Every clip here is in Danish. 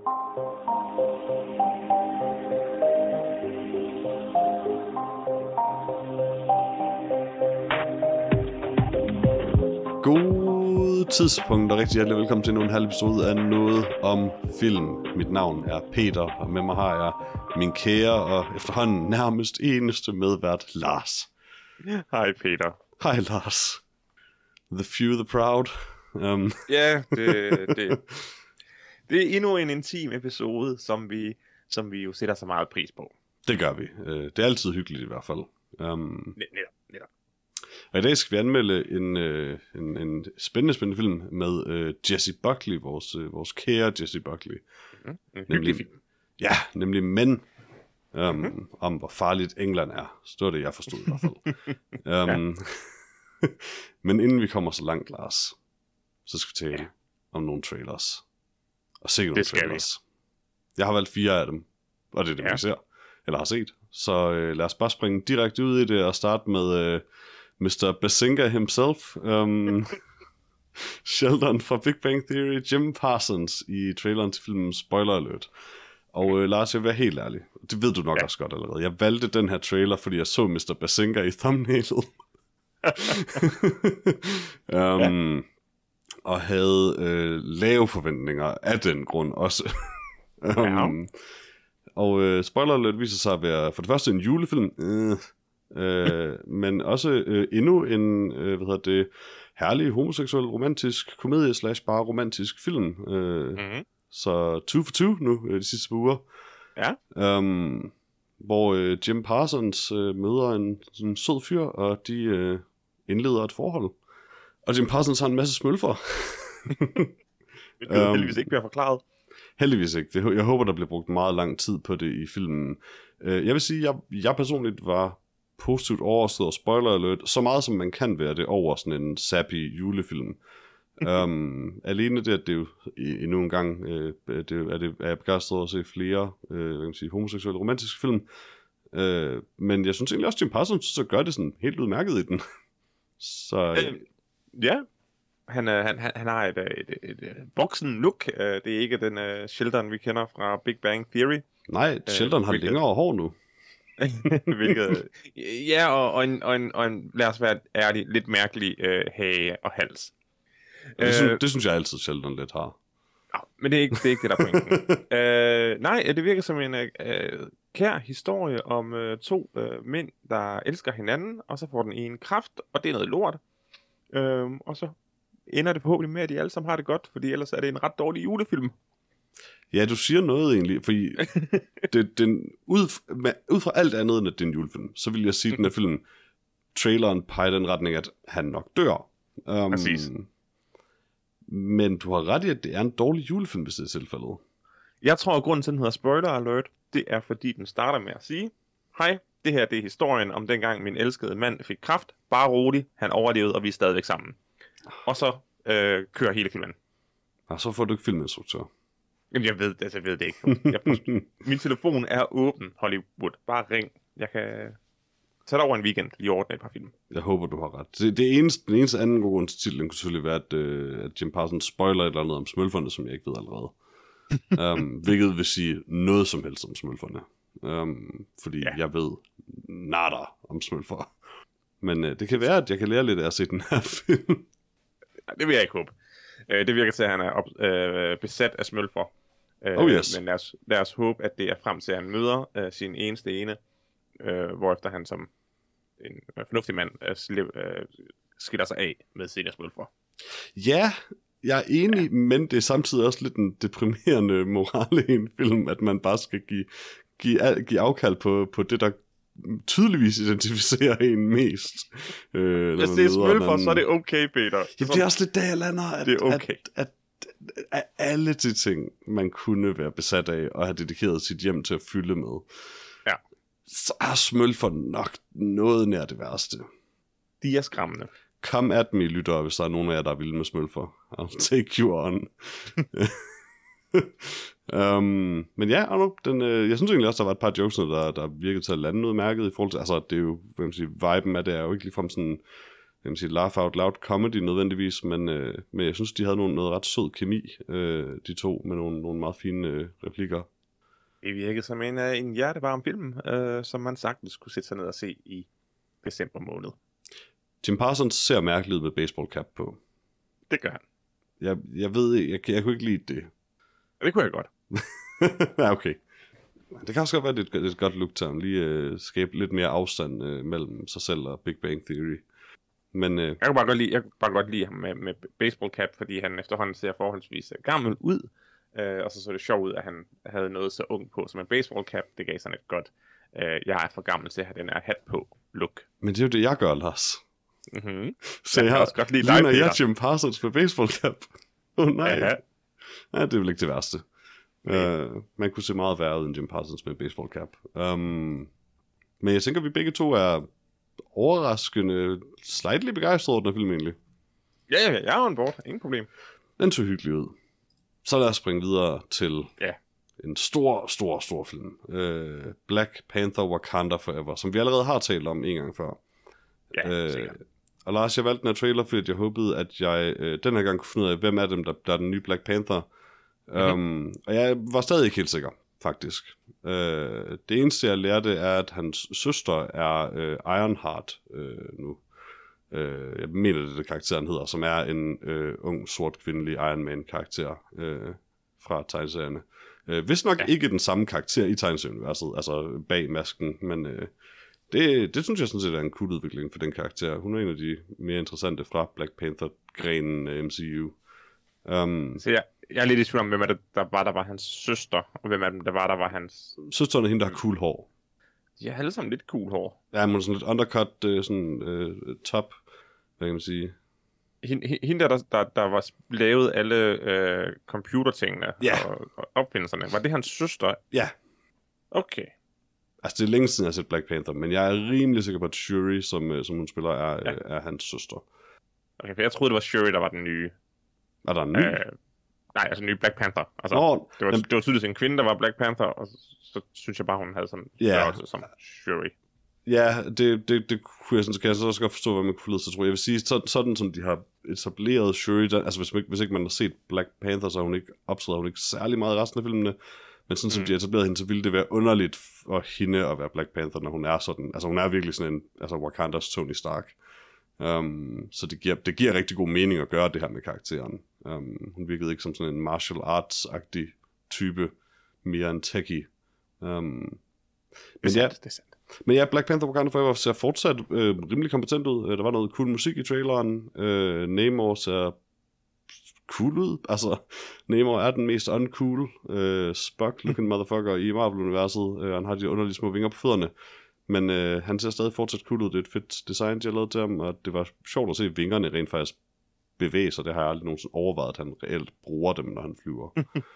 God tidspunkt og rigtig hjertelig velkommen til endnu en halv episode af Noget om Film. Mit navn er Peter, og med mig har jeg min kære og efterhånden nærmest eneste medvært, Lars. Hej Peter. Hej Lars. The few, the proud. Ja, det er endnu en intim episode, som vi jo sætter så meget pris på. Det gør vi. Det er altid hyggeligt i hvert fald. Netop. Og i dag skal vi anmelde en spændende film med Jessie Buckley, vores kære Jessie Buckley. Mm-hmm. En hyggelig film. Ja, nemlig Men. Om hvor farligt England er. Så det var det, jeg forstod i hvert fald. Men inden vi kommer så langt, Lars, så skal vi tale om nogle trailers. Og se nogle trailers. Jeg har valgt 4 af dem, og det er det, vi ser, eller har set. Så lad os bare springe direkte ud i det og starte med Mr. Bazinga himself. Sheldon fra Big Bang Theory, Jim Parsons i traileren til filmen Spoiler Alert. Og Lars, jeg vil være helt ærlig. Det ved du nok også godt allerede. Jeg valgte den her trailer, fordi jeg så Mr. Bazinga i thumbnailet. Og havde lave forventninger af den grund også. Og Spoiler Alert viser sig at være for det første en julefilm, men også endnu en herlig homoseksuel romantisk komedie / bare romantisk film. Så 2 for 2 nu de sidste par uger. Ja. Hvor Jim Parsons møder en sød fyr, og de indleder et forhold. Og Jim Parsons har en masse smølfer. Det kan heldigvis ikke blive forklaret. Heldigvis ikke. Jeg håber, der bliver brugt meget lang tid på det i filmen. Jeg vil sige, at jeg personligt var positivt overrasket og spoiler alert, så meget som man kan være det over sådan en sappy julefilm. Alene det, at det jo endnu en gang er jeg begejstret over at se flere homoseksuelle romantiske film. Men jeg synes egentlig også, at Jim Parsons så gør det sådan helt udmærket i den. Så ja. Han har et voksen look. Det er ikke den Sheldon, vi kender fra Big Bang Theory. Nej, Sheldon har længere hår nu. Hvilket, ja, og en, lad os være ærlig, lidt mærkelig hage og hals. Det synes jeg altid Sheldon lidt har. Ja, men det er ikke det, der er pointen. Nej, det virker som en kær historie om 2 mænd, der elsker hinanden, og så får den ene kraft, og det er noget lort. Og så ender det forhåbentlig med, at de alle sammen har det godt, fordi ellers er det en ret dårlig julefilm. Ja, du siger noget egentlig, fordi ud fra alt andet end at det er en julefilm, så vil jeg sige, at den her film, traileren peger den retning, at han nok dør. Præcis. Men du har ret i, at det er en dårlig julefilm, hvis det er tilfældet. Jeg tror, at grunden til, at den hedder Spoiler Alert, det er, fordi den starter med at sige, hej, det her det er historien om dengang min elskede mand fik kræft. Bare rolig, han overlevede, og vi er stadigvæk sammen. Og så kører hele filmen. Og så får du ikke filminstruktør. Jamen, jeg ved det ikke. Min telefon er åben, Hollywood. Bare ring. Jeg kan tage dig over en weekend lige ordne et par film. Jeg håber, du har ret. Den eneste anden grund til titlen kunne selvfølgelig være, at Jim Parsons spoiler et eller andet om smølferne, som jeg ikke ved allerede. Hvilket vil sige noget som helst om smølferne. Fordi jeg ved nada om smølfer. Men det kan være, at jeg kan lære lidt af at se den her film. Det vil jeg ikke håbe. Det virker til, at han er besat af smølfer. Yes. Men lad os håbe, at det er frem til, at han møder sin eneste ene, hvorefter han som en fornuftig mand skiller sig af med sine smølfer. Ja, jeg er enig, men det er samtidig også lidt en deprimerende morale i en film, at man bare skal give afkald på det, der tydeligvis identificerer en mest. Hvis det er smølfer, så er det okay, Peter. Jamen, det er også lidt der, jeg lander, det er okay. at alle de ting, man kunne være besat af og have dedikeret sit hjem til at fylde med, så er smølfer nok noget nær det værste. De er skræmmende. Come at me, lytter, hvis der er nogen af jer, der er vilde med smølfer. I'll take you on. Men ja, jeg synes egentlig også, der var et par jokes, der virkede til at lande noget mærket i forhold til, altså det er jo, hvad man siger, viben af det er jo ikke ligefrem sådan jeg vil sige, laugh out loud comedy nødvendigvis, men jeg synes, de havde noget ret sød kemi, de to, med nogle meget fine replikker. Det virkede som en hjertevarm film, som man sagtens kunne sætte sig ned og se i december måned. Jim Parsons ser mærkeligt ud med baseball cap på. Det gør han. Jeg ved ikke, jeg kunne ikke lide det. Ja, det kunne jeg godt. Ja, okay. Det kan også godt være, det er et godt look til ham. Lige skabe lidt mere afstand mellem sig selv og Big Bang Theory. Men, jeg kunne bare godt lide ham med baseball cap, fordi han efterhånden ser forholdsvis gammel ud. Og så det sjovt ud, at han havde noget så ung på som en baseball cap. Det gav sådan et godt, jeg er for gammel til at have den her hat på look. Men det er jo det, jeg gør, Lars. Mm-hmm. Så jeg også godt lide dig, Peter. Jeg Jim Parsons med baseball cap. Nej. Ja, det er vel ikke det værste. Man kunne se meget værre ud end Jim Parsons med baseball cap. Men jeg tænker, vi begge to er overraskende, slightly begejstrede over den film egentlig. Ja, jeg er on board. Ingen problem. Den så hyggelig ud. Så lad os springe videre til en stor film. Black Panther Wakanda Forever, som vi allerede har talt om en gang før. Ja, sikkert. Og Lars, jeg valgte den her trailer, fordi jeg håbede, at jeg den her gang kunne finde ud af, hvem af dem, der er den nye Black Panther. Og jeg var stadig ikke helt sikker, faktisk. Det eneste, jeg lærte, er, at hans søster er Ironheart nu. Jeg mener, det er det karakteren hedder, som er en ung, sort, kvindelig Iron Man-karakter fra tegneserierne. Vist nok ikke den samme karakter i tegneserieuniverset, altså bag masken, men det synes jeg sådan set er en cool udvikling for den karakter. Hun er en af de mere interessante fra Black Panther-grenen af MCU. Så jeg er lidt i tvivl om, hvem er det, der var hans søster, og hvem af dem, der var hans... Søsteren er hende, der har cool hår. De har alle sammen lidt cool hår. Ja, men sådan lidt undercut, top, hvad kan man sige. Hende der var lavet alle computertingene og opfindelserne, var det hans søster? Ja. Okay. Altså, det er længe siden, jeg har set Black Panther, men jeg er rimelig sikker på, at Shuri, som hun spiller, er hans søster. Okay, for jeg troede, det var Shuri, der var den nye. Er der en ny? Nej, altså en ny Black Panther. Altså, det var tydeligt en kvinde, der var Black Panther, og så synes jeg bare, hun havde sådan en størrelse som Shuri. Ja, det kunne jeg sådan, kan jeg så også godt forstå, hvad man kunne forlede sig, tror jeg. Jeg vil sige, sådan som de har etableret Shuri, altså hvis ikke man har set Black Panther, så optræder hun ikke særlig meget i resten af filmene. Men sådan som de har etableret hende, så ville det være underligt for hende at være Black Panther, når hun er sådan. Altså hun er virkelig sådan en Wakandas Tony Stark. Så det giver rigtig god mening at gøre det her med karakteren. Hun virkede ikke som sådan en martial arts-agtig type, mere en techie. Det er sandt. Men ja, Black Panther Wakanda Forever ser fortsat rimelig kompetent ud. Der var noget cool musik i traileren. Namor ser cool ud. Altså, Namor er den mest uncool Spock-looking motherfucker i Marvel-universet. Han har de underlige små vinger på fødderne. Men han ser stadig fortsat cool ud. Det er et fedt design, de har lavet til ham. Og det var sjovt at se vingerne rent faktisk bevæge sig. Det har jeg aldrig nogensinde overvejet, at han reelt bruger dem, når han flyver.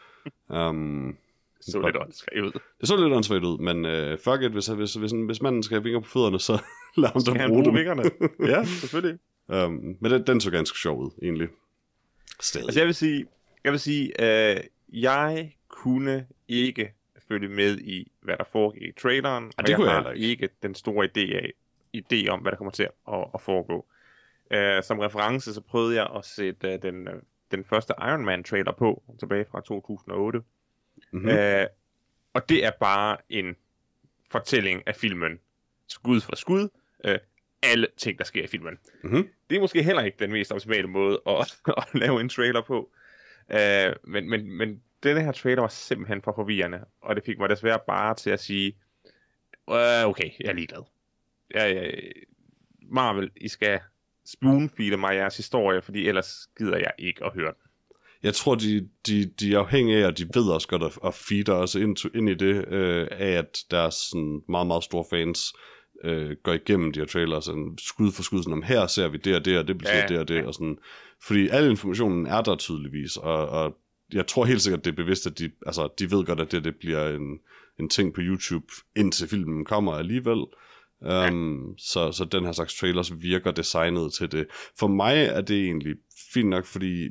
Det så lidt åndssvagt ud. Det så lidt åndssvagt ud, men fuck it, hvis manden skal have vinger på fødderne, så lad ham da bruge dem. Vingerne. Ja, selvfølgelig. Men den så ganske sjov ud, egentlig. Stadig. Altså jeg vil sige, jeg kunne ikke følge med i, hvad der foregik i traileren, og det jeg har ikke den store idé om, hvad der kommer til at foregå. Som reference, så prøvede jeg at sætte den første Iron Man trailer på, tilbage fra 2008. Mm-hmm. Og det er bare en fortælling af filmen, skud for skud, alle ting, der sker i filmen. Mm-hmm. Det er måske heller ikke den mest optimale måde at lave en trailer på. Men denne her trailer var simpelthen for forvirrende, og det fik mig desværre bare til at sige, okay, jeg er ligeglad. Marvel, I skal spoonfeede mig jeres historie, fordi ellers gider jeg ikke at høre den. Jeg tror, de er afhængige af, og de ved også godt at feede os ind i det, af at deres sådan meget, meget store fans går igennem de her trailers, sådan, skud for skud, sådan, her ser vi det og det, og det betyder det og det, og sådan, fordi al informationen er der tydeligvis, og jeg tror helt sikkert, det er bevidst, at de ved godt, at det bliver en ting på YouTube, indtil filmen kommer alligevel. Så den her slags trailers virker designet til det. For mig er det egentlig fint nok, fordi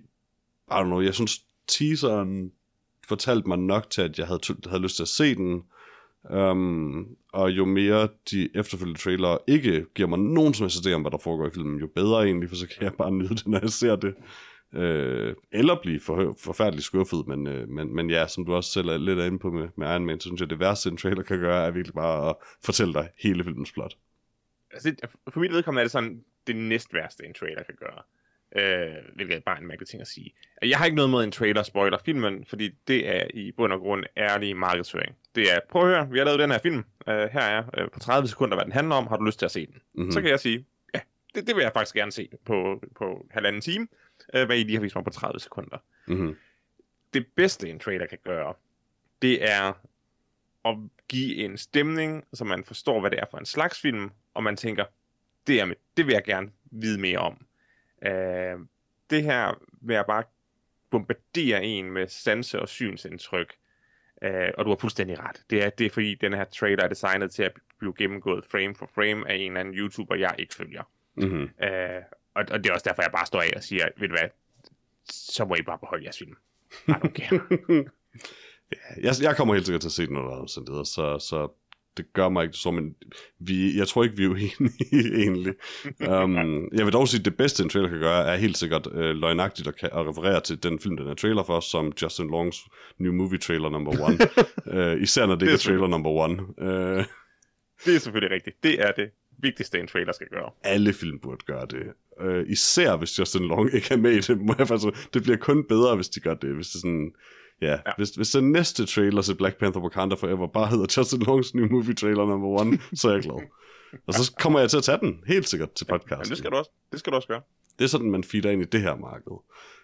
jeg synes teaseren fortalte mig nok til, at jeg havde lyst til at se den. Og jo mere de efterfølgende trailere ikke giver mig nogen som helst idé om, hvad der foregår i filmen, jo bedre egentlig, for så kan jeg bare nyde det, når jeg ser det. Eller blive forfærdeligt skuffet, men ja, som du også selv er lidt inde på med Iron Man, så synes jeg, det værste en trailer kan gøre, er virkelig bare at fortælle dig hele filmens plot. Altså, for mit vedkommende er det sådan, det næstværste en trailer kan gøre. Hvilket er bare en mærkelig ting at sige. Jeg har ikke noget mod en trailer spoiler filmen, fordi det er i bund og grund ærlig markedsføring. Det er, prøv at høre, vi har lavet den her film. Her er på 30 sekunder, hvad den handler om. Har du lyst til at se den? Mm-hmm. Så kan jeg sige, ja, det vil jeg faktisk gerne se på halvanden time. Hvad I lige har vist mig på 30 sekunder. Mm-hmm. Det bedste en trailer kan gøre, det er at give en stemning, så man forstår, hvad det er for en slags film, og man tænker, det vil jeg gerne vide mere om. Det her vil jeg bare bombardere en med sanse- og synsindtryk, og du har fuldstændig ret. Det er fordi, den her trailer er designet til at blive gennemgået frame for frame af en eller anden YouTuber, jeg ikke følger. Mm-hmm. Og det er også derfor, jeg bare står af og siger, ved du hvad, så må I bare beholde jeres film. I don't care. Jeg kommer helt sikkert til at se den under omstændigheder, så det gør mig ikke så, men jeg tror ikke, vi er uenige egentlig. Jeg vil dog sige, at det bedste en trailer kan gøre, er helt sikkert løgnagtigt at referere til den film, den er trailer for, som Justin Longs new movie trailer number 1. Især når det ikke er trailer number 1. Det er selvfølgelig rigtigt. Det er det vigtigste, en trailer skal gøre. Alle film burde gøre det. Især hvis Justin Long ikke er med i det. Det bliver kun bedre, hvis de gør det. Hvis det sådan... Ja. Hvis den næste trailer til Black Panther Wakanda Forever bare hedder Justin Longs new movie trailer number 1, så er jeg glad. Og så kommer jeg til at tage den, helt sikkert, til podcasten. Men det skal du også gøre. Det er sådan, man feeder ind i det her marked.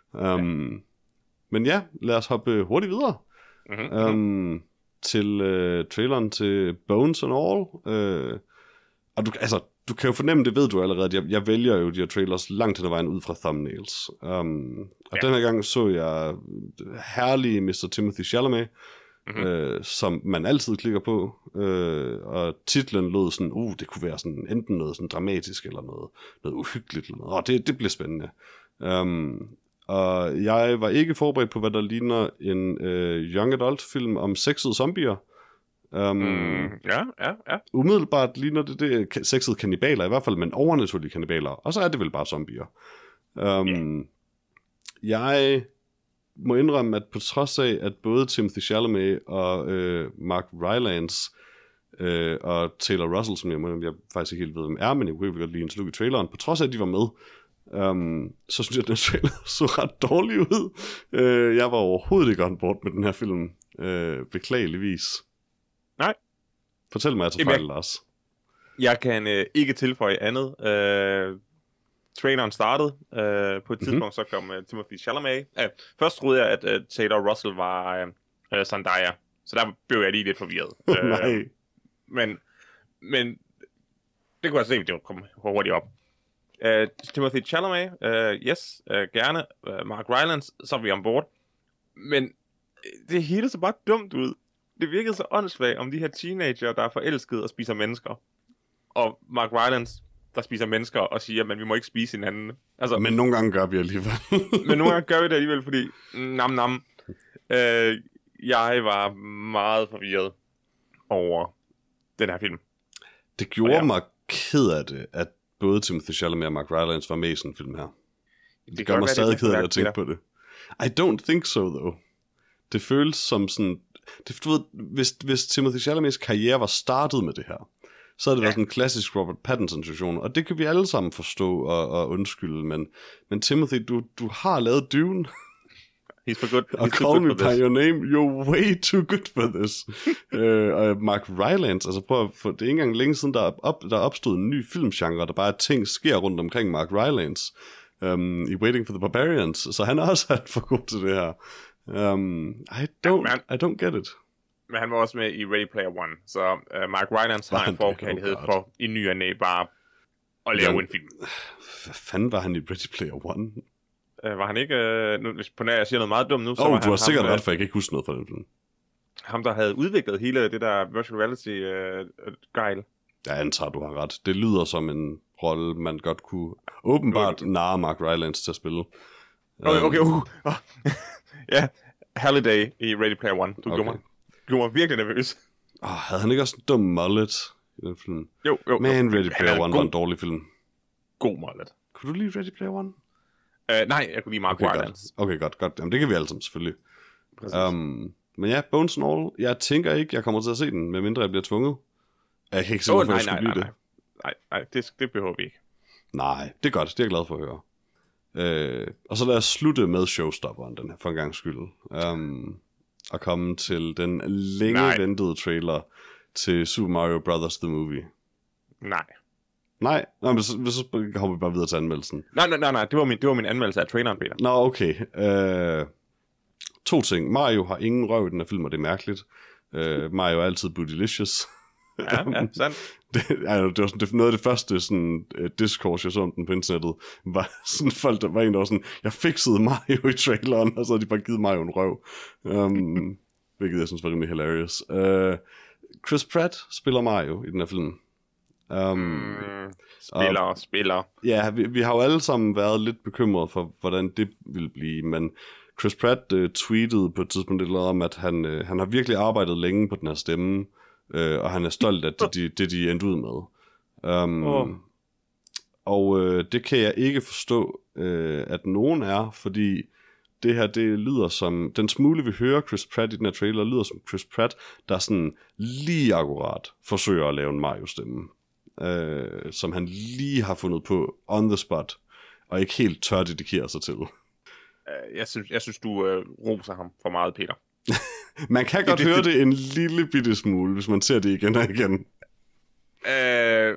Men ja, lad os hoppe hurtigt videre. Mm-hmm. Til traileren til Bones and All. Og du kan jo fornemme, det ved du allerede, jeg vælger jo de her trailers langt hen ad vejen ud fra thumbnails. Og den her gang så jeg herlige Mr. Timothy Chalamet, som man altid klikker på, og titlen lød sådan, det kunne være sådan, enten noget sådan dramatisk, eller noget uhyggeligt, eller noget. Det bliver spændende. Og jeg var ikke forberedt på, hvad der ligner en young adult film om sexede zombier. Ja. Umiddelbart ligner det sexede kannibaler, i hvert fald, men overnaturlige kannibaler. Og så er det vel bare zombier. Jeg må indrømme, at på trods af, at både Timothy Chalamet og Mark Rylance og Taylor Russell, som jeg faktisk ikke helt ved, hvem er, men jeg kunne godt lide en sluk i traileren, på trods af, at de var med, så synes jeg, at den trailer så ret dårlig ud. Jeg var overhovedet ikke on board med den her film, beklageligvis. Nej. Fortæl mig, at jeg tager fejl, Lars. Jeg kan ikke tilføje andet. Traileren startede. På et tidspunkt så kom Timothy Chalamet. Først troede jeg, at Taylor Russell var Zendaya. Så der blev jeg lige lidt forvirret. Nej. Men det kunne jeg se, at det kom hurtigt op. Timothy Chalamet, yes, gerne. Mark Rylance, så er vi ombord. Men det hele så bare dumt ud. Det virkede så åndssvagt om de her teenager, der er forelskede og spiser mennesker. Og Mark Rylance, der spiser mennesker og siger, men vi må ikke spise hinanden. Altså, men nogle gange gør vi alligevel. Men nogle gange gør vi det alligevel, fordi nam. Jeg var meget forvirret over den her film. Det gjorde mig ked af det, at både Timothy Chalamet og Mark Rylance var med i sådan en film her. Det gør mig stadig ked af at tænke på det. I don't think so, though. Det føles som sådan... Du ved, hvis Timothy Chalamets karriere var startet med det her, så havde det været sådan en klassisk Robert Pattinson-situation, og det kan vi alle sammen forstå og undskylde, men Timothy, du har lavet Dune. He's for good. Og Call Me By Your Name, you're way too good for this. Og Mark Rylance, altså prøv at få, det er ikke engang længe siden, der er opstået en ny filmgenre, der bare ting sker rundt omkring Mark Rylance i Waiting for the Barbarians, så han er også alt for god til det her. I don't get it. Men han var også med i Ready Player One, så Mark Rylance har en forkærlighed for i ny og næ bare at lave en film. Hvad fanden var han i Ready Player One? Var han ikke... hvis på nær jeg siger noget meget dumt nu, så var han... du har sikkert ret, for jeg kan ikke huske noget fra den film. Ham, der havde udviklet hele det der virtual reality-gejl. Jeg antager, du har ret. Det lyder som en rolle, man godt kunne åbenbart narre Mark Rylance til at spille. Okay. Ja, Halliday i Ready Player One. Du gjorde mig virkelig nervøs. Havde han ikke også en dum mullet i den film? Jo. Men Ready Player One var en dårlig film. God mullet. Kunne du lide Ready Player One? Nej, jeg kunne lide Mark Rylance. Okay, godt. Jamen, det kan vi alle sammen selvfølgelig. Men ja, Bones and All. Jeg tænker ikke, jeg kommer til at se den, medmindre jeg bliver tvunget. Jeg kan ikke se, hvorfor jeg skulle blive det. Nej, det behøver vi ikke. Nej, det er godt. Det er jeg glad for at høre. Og så lad os slutte med showstopperen, den her, for en gang skyld. Og komme til den længe ventede trailer til Super Mario Bros. The Movie. Nej, men så kommer vi bare videre til anmeldelsen. Nej, det var min anmeldelse af traileren, Peter. Nå, okay. 2 ting. Mario har ingen røv i den her film, og det er mærkeligt. Mario er altid bootylicious. Ja, sandt. Det var sådan, noget af det første sådan, discourse, jeg så om den på internettet, var sådan folk, der var en, der var sådan, jeg fixede Mario i traileren, og så havde de bare givet Mario en røv. Hvilket jeg synes var rimelig hilarious. Chris Pratt spiller Mario i den her film. Spiller. Ja, vi har jo alle sammen været lidt bekymrede for, hvordan det ville blive, men Chris Pratt tweetede på et tidspunkt lidt om, at han har virkelig arbejdet længe på den her stemme, og han er stolt af det, de endte ud med. Og det kan jeg ikke forstå, at nogen er, fordi det her, det lyder som, den smule vi hører Chris Pratt i den her trailer, lyder som Chris Pratt, der sådan lige akkurat forsøger at lave en Mario-stemme, som han lige har fundet på on the spot, og ikke helt tør dedikere sig til. Jeg synes du roser ham for meget, Peter. Man kan godt høre det en lille bitte smule, hvis man ser det igen og igen. Yeah.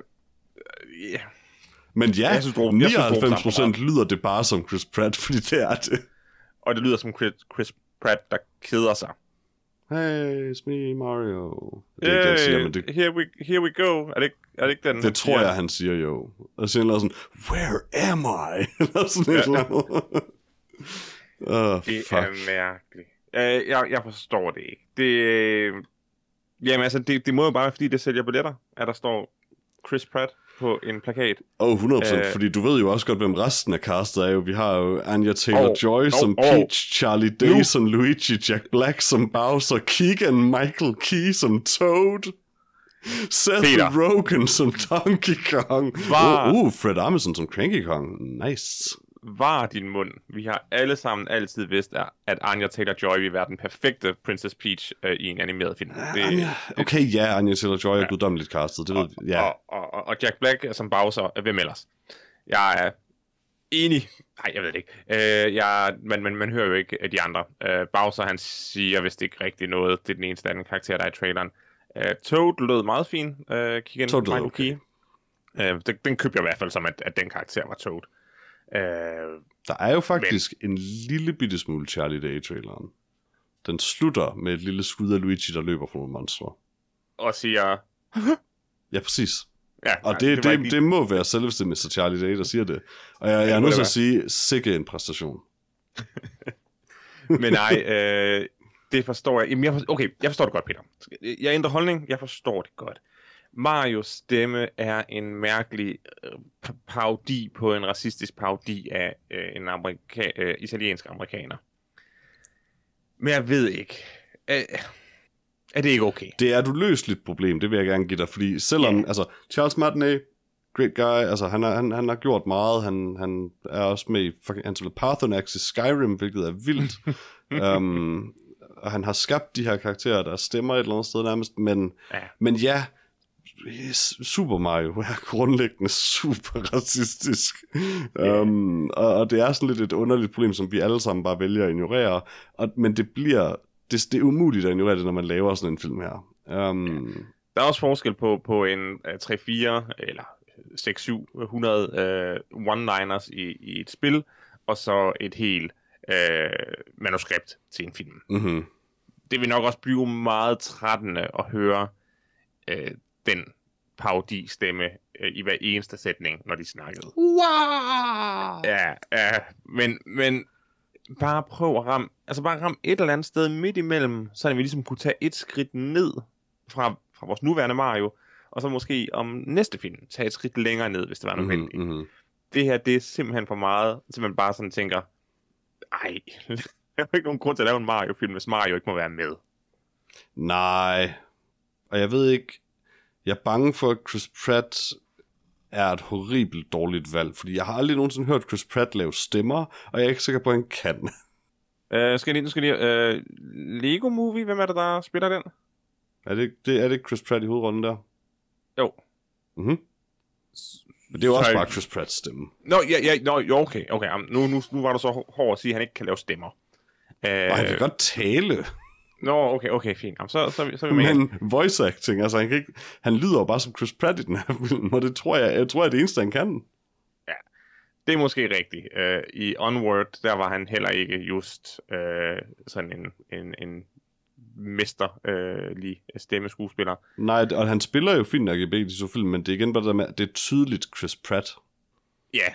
Men ja, 99% lyder det bare som Chris Pratt, fordi det er det. Og det lyder som Chris Pratt, der keder sig. Hey, it's me, Mario. Det er ikke den, siger, men det... Here we go. Er det ikke den? Det tror jeg, han siger jo. Og så siger han sådan, where am I? Eller sådan et eller andet. Det er mærkeligt. Jeg forstår det ikke. Jamen altså, det må jo bare være, fordi det sælger billetter, at der står Chris Pratt på en plakat. 100%, fordi du ved jo også godt, hvem resten af castet er jo. Vi har jo Anya Taylor-Joy som Peach, Charlie Day som Luigi, Jack Black som Bowser, Keegan-Michael Key som Toad, Seth Rogen som Donkey Kong, Fred Armisen som Cranky Kong. Nice. Var din mund. Vi har alle sammen altid vidst, at Anya Taylor-Joy vil være den perfekte Princess Peach i en animeret film. Anya Taylor-Joy er guddommeligt castet. Det ved ja. Og Jack Black som Bowser, hvem ellers? Jeg er enig. Nej, jeg ved det ikke. Man hører jo ikke de andre. Bowser, han siger vist ikke rigtig noget. Det er den eneste anden karakter, der er i traileren. Toad lød meget fin. Keegan-Michael Key. Den købte jeg i hvert fald som, at den karakter var Toad. Der er jo faktisk en lille bitte smule Charlie Day i traileren. Den slutter med et lille skud af Luigi, der løber fra nogle monstre. Og siger... Ja, præcis. Ja, og det må være selveste Mr. Charlie Day, der siger det. Og jeg er nødt til at sige, sikke en præstation. Men nej, det forstår jeg. Jamen, jeg forstår det godt, Peter. Jeg ændrer holdning, jeg forstår det godt. Marios stemme er en mærkelig parodi på en racistisk parodi af en italiensk amerikaner. Men jeg ved ikke. Er det ikke okay? Det er et uløseligt problem, det vil jeg gerne give dig, fordi selvom, Charles Martinet, great guy, han har gjort meget, han er også med i, han spiller Paarthurnax i Skyrim, hvilket er vildt, og han har skabt de her karakterer, der stemmer et eller andet sted nærmest, men ja, Super Mario er grundlæggende super racistisk. Og det er sådan lidt et underligt problem, som vi alle sammen bare vælger at ignorere. Men det er umuligt at ignorere det, når man laver sådan en film her. Der er også forskel på en 3-4 eller 600-700 one-liners i et spil, og så et helt manuskript til en film. Mm-hmm. Det vil nok også blive meget trættende at høre den parodistemme i hver eneste sætning, når de snakkede. Wow! Ja, men bare prøv at ramme et eller andet sted midt imellem, så vi ligesom kunne tage et skridt ned fra vores nuværende Mario, og så måske om næste film tage et skridt længere ned, hvis det var nødvendigt. Mm-hmm. Det her, det er simpelthen for meget, så man bare sådan tænker, ej, jeg har ikke nogen grund til at lave en Mario-film, hvis Mario ikke må være med. Nej. Og jeg ved ikke, jeg er bange for, at Chris Pratt er et horribelt dårligt valg, fordi jeg har aldrig nogensinde hørt Chris Pratt lave stemmer, og jeg er ikke sikker på, at han kan. Nu skal lige Lego Movie, hvem er det, der spiller den? Er det Chris Pratt i hovedrollen der? Jo. Mhm. Men det er jo også bare Chris Pratts stemme. Okay. Nu var du så hård at sige, at han ikke kan lave stemmer. Og han kan godt tale. Okay, fint. Jamen, så er vi med. Men voice acting, altså han lyder jo bare som Chris Pratt i den her film, og det tror jeg er det eneste, han kan. Ja, det er måske rigtigt. I Onward, der var han heller ikke just sådan en mesterlig stemmeskuespiller. Nej, og han spiller jo fint nok i begge de to film, men det er igen bare det der med, det er tydeligt Chris Pratt. Ja,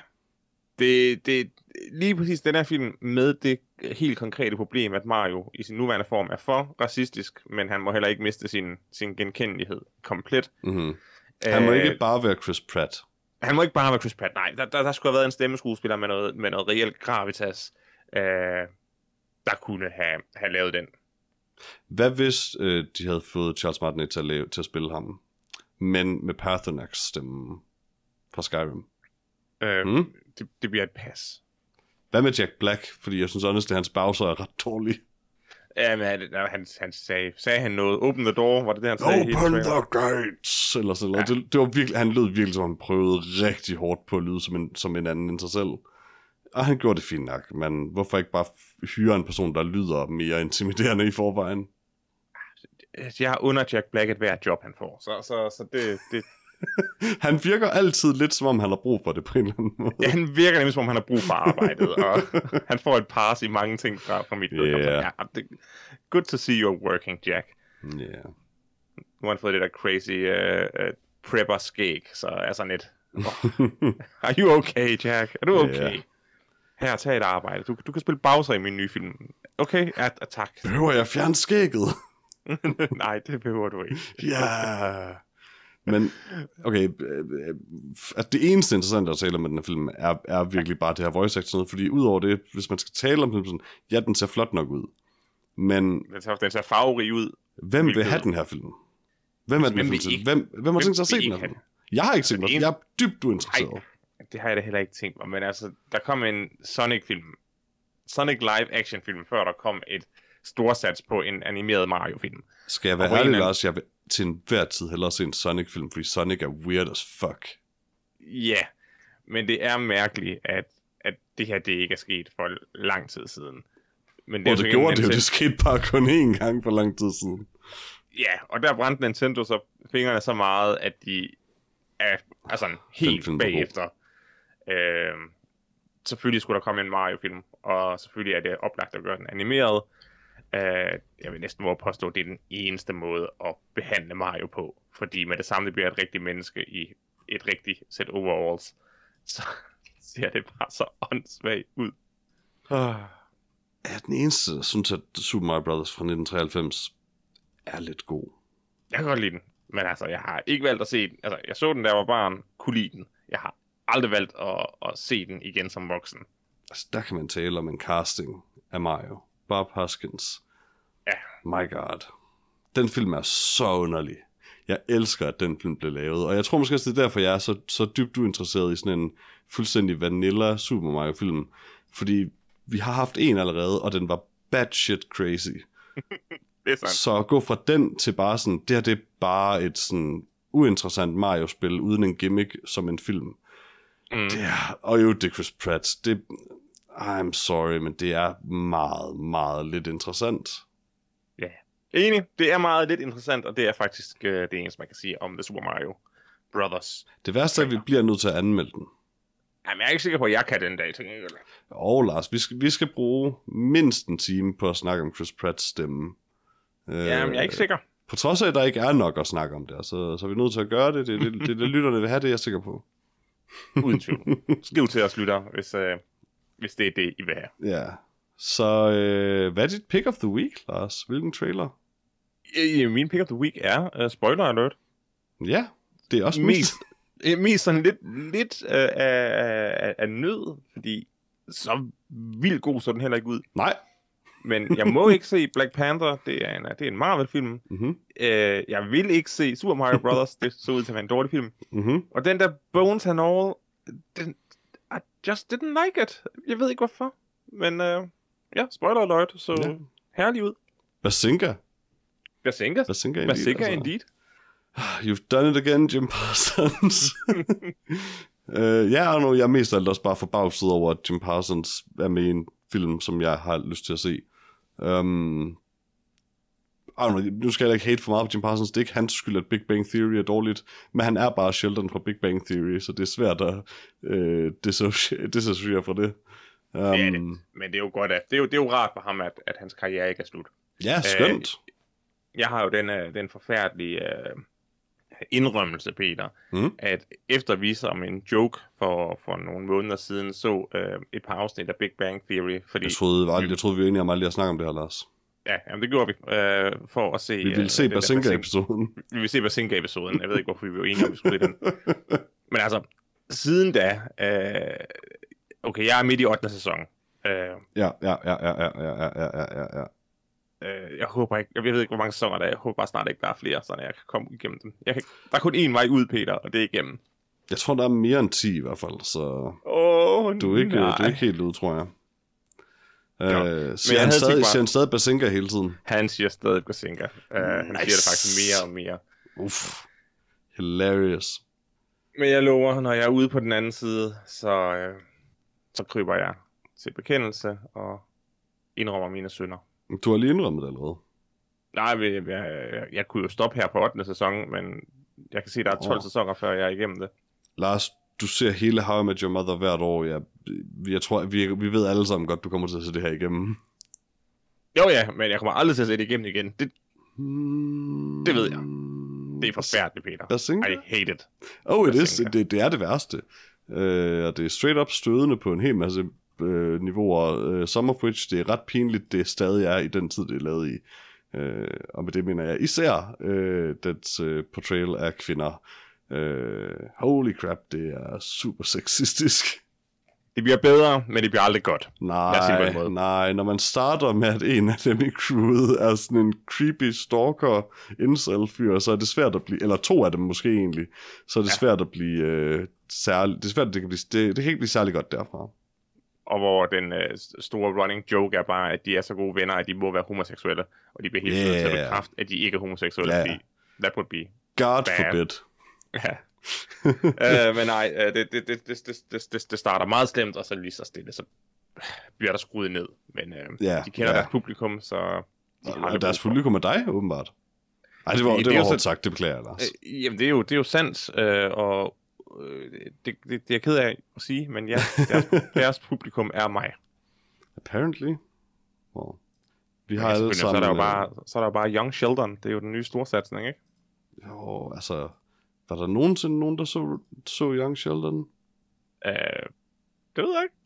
det lige præcis den her film med det helt konkrete problem, at Mario i sin nuværende form er for racistisk, men han må heller ikke miste sin genkendelighed komplet. Mm-hmm. Han må ikke bare være Chris Pratt. Han må ikke bare være Chris Pratt, nej. Der skulle have været en stemmeskuespiller med noget reelt gravitas, der kunne have lavet den. Hvad hvis de havde fået Charles Martinet til at spille ham, men med Pasternaks stemme fra Skyrim? Det bliver et pas. Hvad med Jack Black? Fordi jeg synes honestly, hans Bowser er ret dårlig. Ja, men han sagde han noget. Open the door, var det han sagde? Open the gates! Eller sådan noget. Ja. Det var virkelig, han lød virkelig som han prøvede rigtig hårdt på at lyde som en anden end sig selv. Og han gjorde det fint nok, men hvorfor ikke bare hyre en person, der lyder mere intimiderende i forvejen? Jeg under Jack Black et hvert job, han får. Så det... Han virker altid lidt, som om han har brug for det på en eller anden måde. Ja, han virker nemlig, som om han har brug for arbejdet, og han får et pass i mange ting fra mit vedkommende. Ja, good to see you're working, Jack. Yeah. Nu har han fået det der crazy prepper-skæg, så er sådan lidt... Are you okay, Jack? Er du okay? Yeah. Her, tag et arbejde. Du kan spille Bowser i min nye film. Okay, tak. Behøver jeg fjerne skægget? Nej, det behøver du ikke. Ja... Men, okay, at det eneste interessante at tale om med den her film, er virkelig bare det her voice acting, fordi udover det, hvis man skal tale om den sådan, ja, den ser flot nok ud, men... Den ser farverig ud. Hvem vil have den her film? Hvem er den her film til? Hvem har tænkt sig at se den her film? Jeg har ikke set den, jeg er dybt uinteresseret. Nej, det har jeg da heller ikke tænkt mig, men altså, der kom en Sonic-film, Sonic live-action-film, før der kom et storsats på en animeret Mario-film. Skal jeg være ærlig, Lars? Jeg vil til enhver tid hellere se en Sonic-film, fordi Sonic er weird as fuck. Ja, men det er mærkeligt, at det her det ikke er sket for lang tid siden. Men det gjorde det jo, det skete bare kun én gang for lang tid siden. Ja, og der brændte Nintendo så fingrene så meget, at de er altså helt bagefter. Selvfølgelig skulle der komme en Mario-film, og selvfølgelig er det oplagt at gøre den animeret. Jeg vil næsten våge påstå, at det er den eneste måde at behandle Mario på. Fordi med det samme, det bliver et rigtigt menneske i et rigtigt sæt overalls, så ser det bare så åndssvagt ud. Ja, den eneste, jeg synes, at Super Mario Bros. Fra 1993 er lidt god. Jeg kan godt lide den, men altså, jeg har ikke valgt at se den. Altså, jeg så den, da jeg var barn, kunne lide den. Jeg har aldrig valgt at se den igen som voksen. Altså, der kan man tale om en casting af Mario. Bob Hoskins. Ja. My god. Den film er så underlig. Jeg elsker, at den film blev lavet. Og jeg tror måske også, det er derfor, jeg er så dybt uinteresseret i sådan en fuldstændig vanilla Super Mario film. Fordi vi har haft en allerede, og den var bad shit crazy. Det er sandt. Så at gå fra den til bare sådan, det her det er bare et sådan uinteressant Mario-spil, uden en gimmick som en film. Det er, og jo, det er Chris Pratt. Det I'm sorry, men det er meget, meget lidt interessant. Ja, enig. Det er meget lidt interessant, og det er faktisk det eneste, man kan sige om The Super Mario Brothers. Det værste er, at vi bliver nødt til at anmelde den. Jamen, jeg er ikke sikker på, at jeg kan den dag, tænker jeg. Lars, vi skal bruge mindst en time på at snakke om Chris Pratts stemme. Jamen, jeg er ikke sikker. På trods af, at der ikke er nok at snakke om det, så er vi nødt til at gøre det. Det lytterne vil have, det er jeg sikker på. Uden tvivl. Skriv til os, lytter, hvis det er det, I vil have. Ja. Så hvad er dit pick of the week, Lars? Hvilken trailer? Min pick of the week er spoiler alert. Ja, det er også mest sådan lidt af nød, fordi så vildt god så den heller ikke ud. Nej. Men jeg må ikke se Black Panther. Det er en Marvel-film. Mm-hmm. Jeg vil ikke se Super Mario Bros. Det så ud til at være en dårlig film. Mm-hmm. Og den der Bones and All, I just didn't like it. Jeg ved ikke hvorfor. Men ja, spoiler alert, så herlig ud. Bazinga Bazinga indeed. You've done it again, Jim Parsons. Og nu jeg er mest af alt også bare forbavset over, at Jim Parsons er med i en film, som jeg har lyst til at se. Nu skal jeg ikke hate for meget på Jim Parsons. Det er ikke hans skyld, at Big Bang Theory er dårligt, men han er bare Sheldon fra Big Bang Theory, så det er svært at dissociere fra det. Det er det. Men det er jo godt, at det er jo rart for ham, at hans karriere ikke er slut. Ja, skønt. Jeg har jo den forfærdelige indrømmelse, Peter, at efter vi som en joke for nogle måneder siden så et par afsnit af Big Bang Theory. Fordi jeg troede vi var enige om aldrig at snakke om det her, Lars. Ja, jamen det gjorde vi for at se... Vi ville se Bazinga-episoden. Vi ville se Bazinga-episoden. Jeg ved ikke, hvorfor vi var enige om, vi skulle se den. Men altså, siden da... okay, jeg er midt i 8. sæson. Ja. Jeg håber ikke... Jeg ved ikke, hvor mange sæsoner der er. Jeg håber bare snart ikke, der er flere, så jeg kan komme igennem dem. Der er kun én vej ud, Peter, og det er igennem. Jeg tror, der er mere end 10 i hvert fald, så... du er ikke helt ude, tror jeg. Siger han stadig Bazinga hele tiden? Han siger stadig Bazinga. Han siger det faktisk mere og mere. Hilarious. Men jeg lover, når jeg er ude på den anden side, så kryber jeg til bekendelse og indrømmer mine synder. Du har lige indrømmet det allerede. Nej, jeg kunne jo stoppe her på 8. sæson, men jeg kan se, der er 12 sæsoner, før jeg er igennem det. Lars, du ser hele How I Met Your Mother hvert år. Jeg tror, vi ved alle sammen godt, du kommer til at se det her igennem. Jo ja, men jeg kommer aldrig til at se det igennem igen. Det ved jeg. Det er forfærdeligt, Peter. Bazinga? I hate it. Det er det værste. Og det er straight up stødende på en hel masse niveauer. Some of which, det er ret pinligt, det stadig er i den tid, det er lavet i. Og med det mener jeg især dets portrayal af kvinder. Holy crap, det er super sexistisk. Det bliver bedre, men det bliver aldrig godt. Nej, når man starter med, at en af dem i crewet er sådan en creepy stalker incel-fyr, så er det svært at blive, eller to af dem måske egentlig, så er det svært at blive særlig, det er svært, det kan ikke blive særlig godt derfra. Og hvor den store running joke er bare, at de er så gode venner, at de må være homoseksuelle, og de bliver helt nødt til at bekræfte, at de ikke er homoseksuelle, fordi that would be God bad. forbid. Ja. Men nej, det starter meget slemt, og så lige så stille, så bliver der skruet ned. Men de kender deres publikum, så... Og deres publikum er dig, åbenbart. Ej, det var hårdt sagt, det beklager jeg, Lars. Jamen, det er jo sandt, og det er jeg ked af at sige, men ja, deres publikum er mig. Apparently. Wow. Vi har alle sammen... Så er der jo bare Young Sheldon, det er jo den nye storsatsning, ikke? Jo, altså... Var der nogensinde nogen, der så Young Sheldon? Det ved jeg ikke.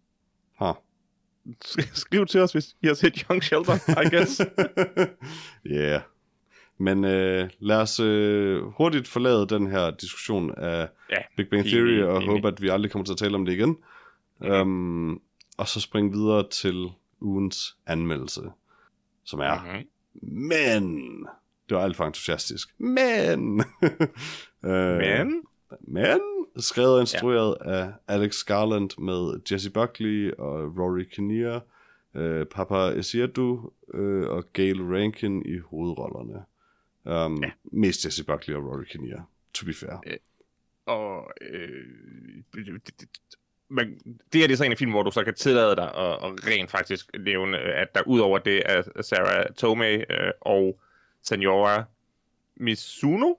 Skriv til os, hvis I har set Young Sheldon, I guess. Yeah. Men lad os hurtigt forlade den her diskussion af Big Bang Theory, og håbe, at vi aldrig kommer til at tale om det igen. Og så springe videre til ugens anmeldelse, som er... Men... Det var alt for entusiastisk. Men... skrevet og instrueret af Alex Garland med Jesse Buckley og Rory Kinnear, Papa Essiedu og Gail Rankin i hovedrollerne. Mest Jesse Buckley og Rory Kinnear, to be fair. Men det er så en film, hvor du så kan tillade dig at rent faktisk nævne, at der udover det er Sarah Tomei og Senora Mizuno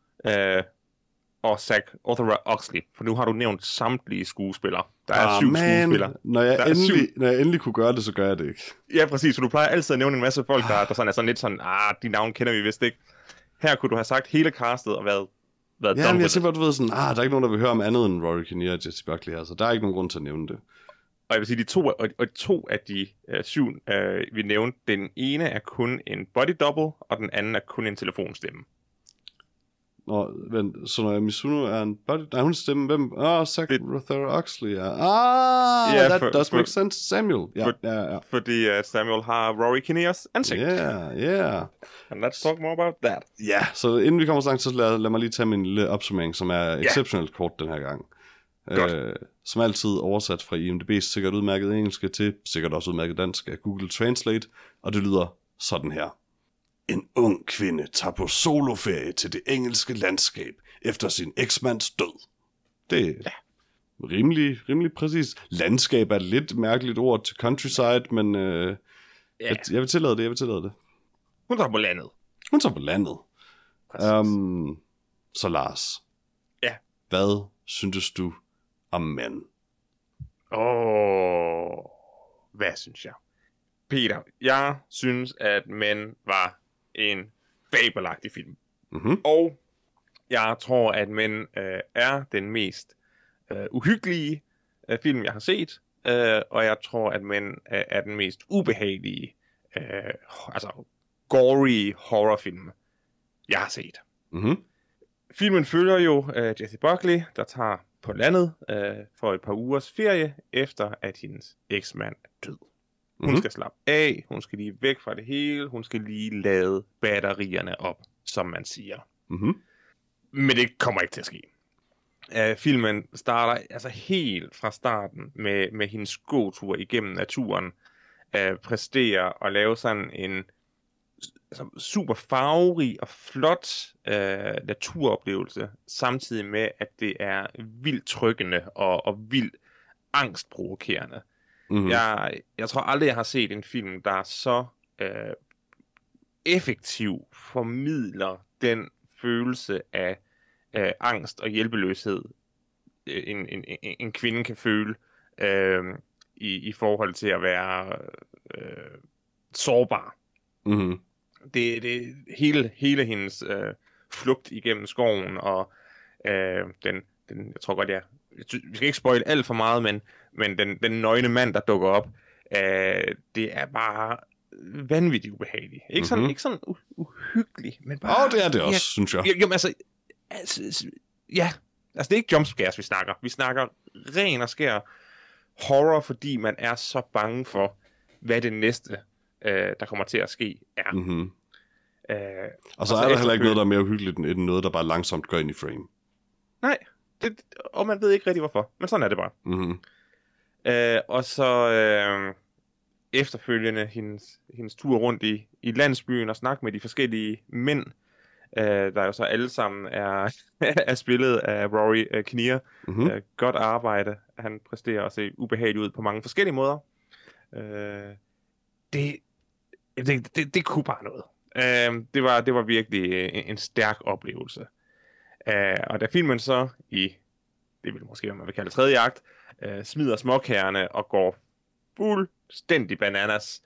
og Zach Oxley, for nu har du nævnt samtlige skuespillere. Der er 7 skuespillere. Når jeg endelig kunne gøre det, så gør jeg det ikke. Ja, præcis, så du plejer altid at nævne en masse folk, der sådan er sådan lidt sådan, de navne kender vi vist ikke. Her kunne du have sagt hele castet og været ja, men jeg tænker bare, du ved sådan, der er ikke nogen, der vil høre om andet end Rory Kinnear og Jesse Buckley her, så der er ikke nogen grund til at nævne det. Og jeg vil sige, de to af de 7, vi nævnte, den ene er kun en body double, og den anden er kun en telefonstemme. Vent, så når Mizuno er en body... Nej, hun stemmer hvem? Sarah Oxley, ja. That does make sense. Samuel. Ja. Fordi Samuel har Rory Kinnears ansigt. Yeah. And let's talk more about that. Ja, så inden vi kommer så langt, så lad mig lige tage min lille opsummering, som er exceptionelt kort den her gang. Som altid oversat fra IMDb's sikkert udmærket engelske til sikkert også udmærket dansk af Google Translate, og det lyder sådan her. En ung kvinde tager på soloferie til det engelske landskab efter sin eksmands død. Det er rimelig præcis. Landskab er et lidt mærkeligt ord til countryside, men jeg vil tillade det. Hun tager på landet. Så Lars. Ja. Hvad syntes du om mænd? Hvad synes jeg? Peter, jeg synes, at mænd var en fabelagtig film. Mm-hmm. Og jeg tror, at mænd er den mest uhyggelige film, jeg har set. Og jeg tror, at mænd er den mest ubehagelige, gory horrorfilm, jeg har set. Mm-hmm. Filmen følger jo Jessie Buckley, der tager på landet for et par ugers ferie, efter at hendes eksmand er død. Hun skal slappe af, hun skal lige væk fra det hele, hun skal lige lade batterierne op, som man siger. Mm-hmm. Men det kommer ikke til at ske. Filmen starter altså helt fra starten med hendes gåtur igennem naturen, præsterer at lave sådan en super farverig og flot naturoplevelse, samtidig med, at det er vildt trykkende og vildt angstprovokerende. Mm-hmm. Jeg tror aldrig, jeg har set en film, der så effektivt formidler den følelse af angst og hjælpeløshed, en kvinde kan føle i forhold til at være sårbar. Mm-hmm. Det hele hendes flugt igennem skoven, og den jeg tror godt, vi skal ikke spoile alt for meget, men den nøgne mand, der dukker op, det er bare vanvittigt ubehageligt. Ikke sådan uhyggelig, men bare... det er det også, synes jeg. Jamen altså, det er ikke jumpscares, vi snakker. Vi snakker ren og skær horror, fordi man er så bange for, hvad det næste, der kommer til at ske, er. Mm-hmm. Og så er der heller ikke noget, der er mere uhyggeligt, end noget, der bare langsomt går ind i frame. Nej, og man ved ikke rigtig hvorfor, men sådan er det bare. Mm-hmm. Og så efterfølgende hendes tur rundt i landsbyen og snakke med de forskellige mænd, der jo så alle sammen er spillet af Rory Kinnear. Mm-hmm. Godt arbejde. Han præsterer at se ubehageligt ud på mange forskellige måder. Det kunne bare noget. Det var virkelig en stærk oplevelse. Og da filmen så det vil måske være, man vil kalde tredje akt, smider småkærne og går fuldstændig bananas,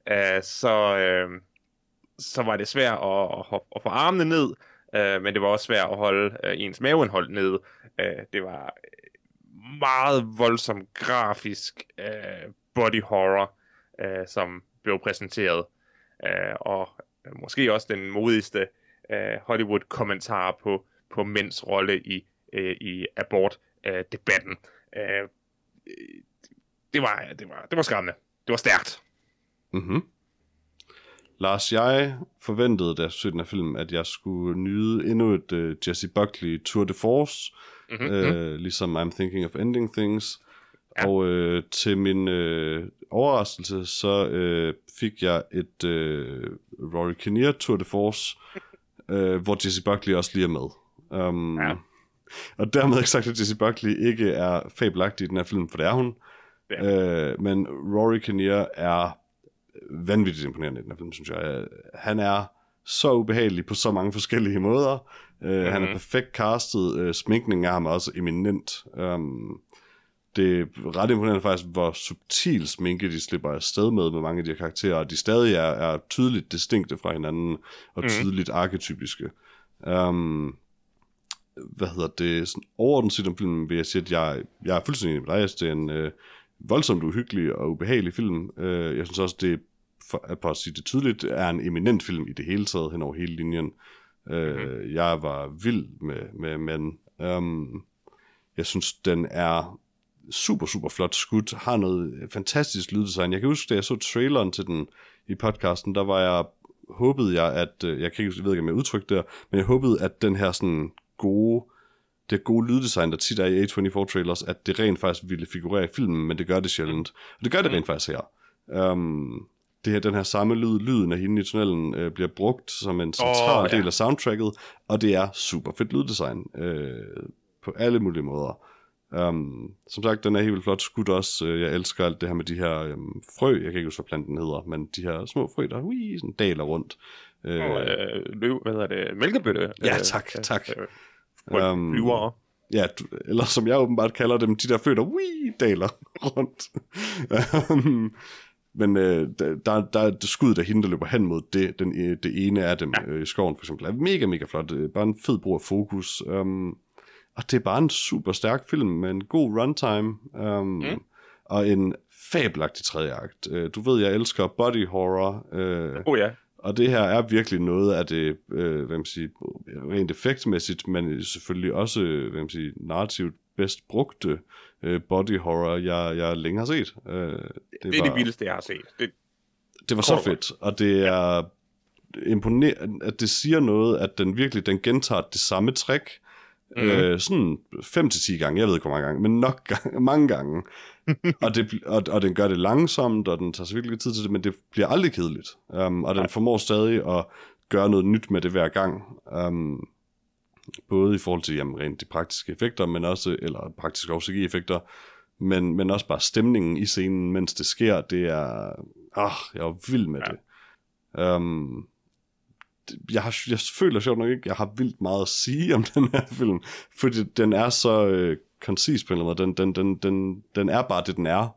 så var det svært at få armene ned, men det var også svært at holde ens maveindhold nede. Det var meget voldsomt grafisk body horror, som blev præsenteret, og måske også den modigste Hollywood-kommentar på mænds rolle i abort-debatten. Det var skræmmende. Det var stærkt. Mm-hmm. Lars, jeg forventede, da jeg så den her film, at jeg skulle nyde endnu et Jessie Buckley tour de force, ligesom I'm Thinking of Ending Things. Ja. Og til min overraskelse, så fik jeg et Rory Kinnear tour de force, hvor Jessie Buckley også lige er med. Og dermed ikke sagt, at Jessie Buckley ikke er fabelagtig i den her film, for det er hun. Ja. Men Rory Kinnear er vanvittigt imponerende i den her film, synes jeg. Han er så ubehagelig på så mange forskellige måder. Han er perfekt castet. Sminkningen af ham er også eminent. Det er ret imponerende faktisk, hvor subtil sminke de slipper afsted med mange af de her karakterer, og de stadig er tydeligt distinkte fra hinanden, og tydeligt arketypiske. Sådan overordnet set om filmen vil jeg sige, at jeg er fuldstændig enig med dig. Det er en voldsomt uhyggelig og ubehagelig film. Jeg synes også, det for at sige det tydeligt, er en eminent film i det hele taget, hen over hele linjen. Jeg var vild med Men. Jeg synes, den er super, super flot skudt, har noget fantastisk lyddesign. Jeg kan huske, da jeg så traileren til den i podcasten, der var jeg, håbede jeg, at, jeg ved ikke, om jeg udtrykte det, men jeg håbede, at den her sådan det gode lyddesign, der tit er i A24-trailers, at det rent faktisk ville figurere i filmen, men det gør det sjældent. Og det gør det rent faktisk her. Den her samme lyden af hende i tunnelen, bliver brugt som en central del af soundtracket, og det er super fedt lyddesign på alle mulige måder. Som sagt, den er helt vildt flot skudt også. Jeg elsker alt det her med de her frø, jeg kan ikke huske, hvad planten hedder, men de her små frø, der sådan daler rundt. Mælkebøtte. Ja, tak. Flyver. Ja, eller som jeg åbenbart kalder dem, de der frø, der daler rundt. Men der er skuddet af hende, der løber hen mod det ene af dem i skoven, for eksempel, er mega, mega flot. Bare en fed brug af fokus. Og det er bare en super stærk film med en god runtime, og en fabelagtig tredje akt. Du ved, jeg elsker body horror. Og det her er virkelig noget af det, rent effektmæssigt, men selvfølgelig også, narrativt bedst brugte body horror, jeg længe har set. Det er det vildeste, jeg har set. Det var så fedt, og det er imponerende, at det siger noget, at den gentager det samme trick, sådan 5-10 gange, jeg ved ikke hvor mange gange, men nok mange gange. og den gør det langsomt, og den tager sig virkelig tid til det, men det bliver aldrig kedeligt. Og den formår stadig at gøre noget nyt med det hver gang. Både i forhold til rent de praktiske effekter, men også, eller praktiske og CGI-effekter, men også bare stemningen i scenen, mens det sker, det er, jeg er vild med det. Jeg føler sjovt nok ikke, jeg har vildt meget at sige om den her film, fordi den er så koncis på en eller anden måde. Den er bare det, den er.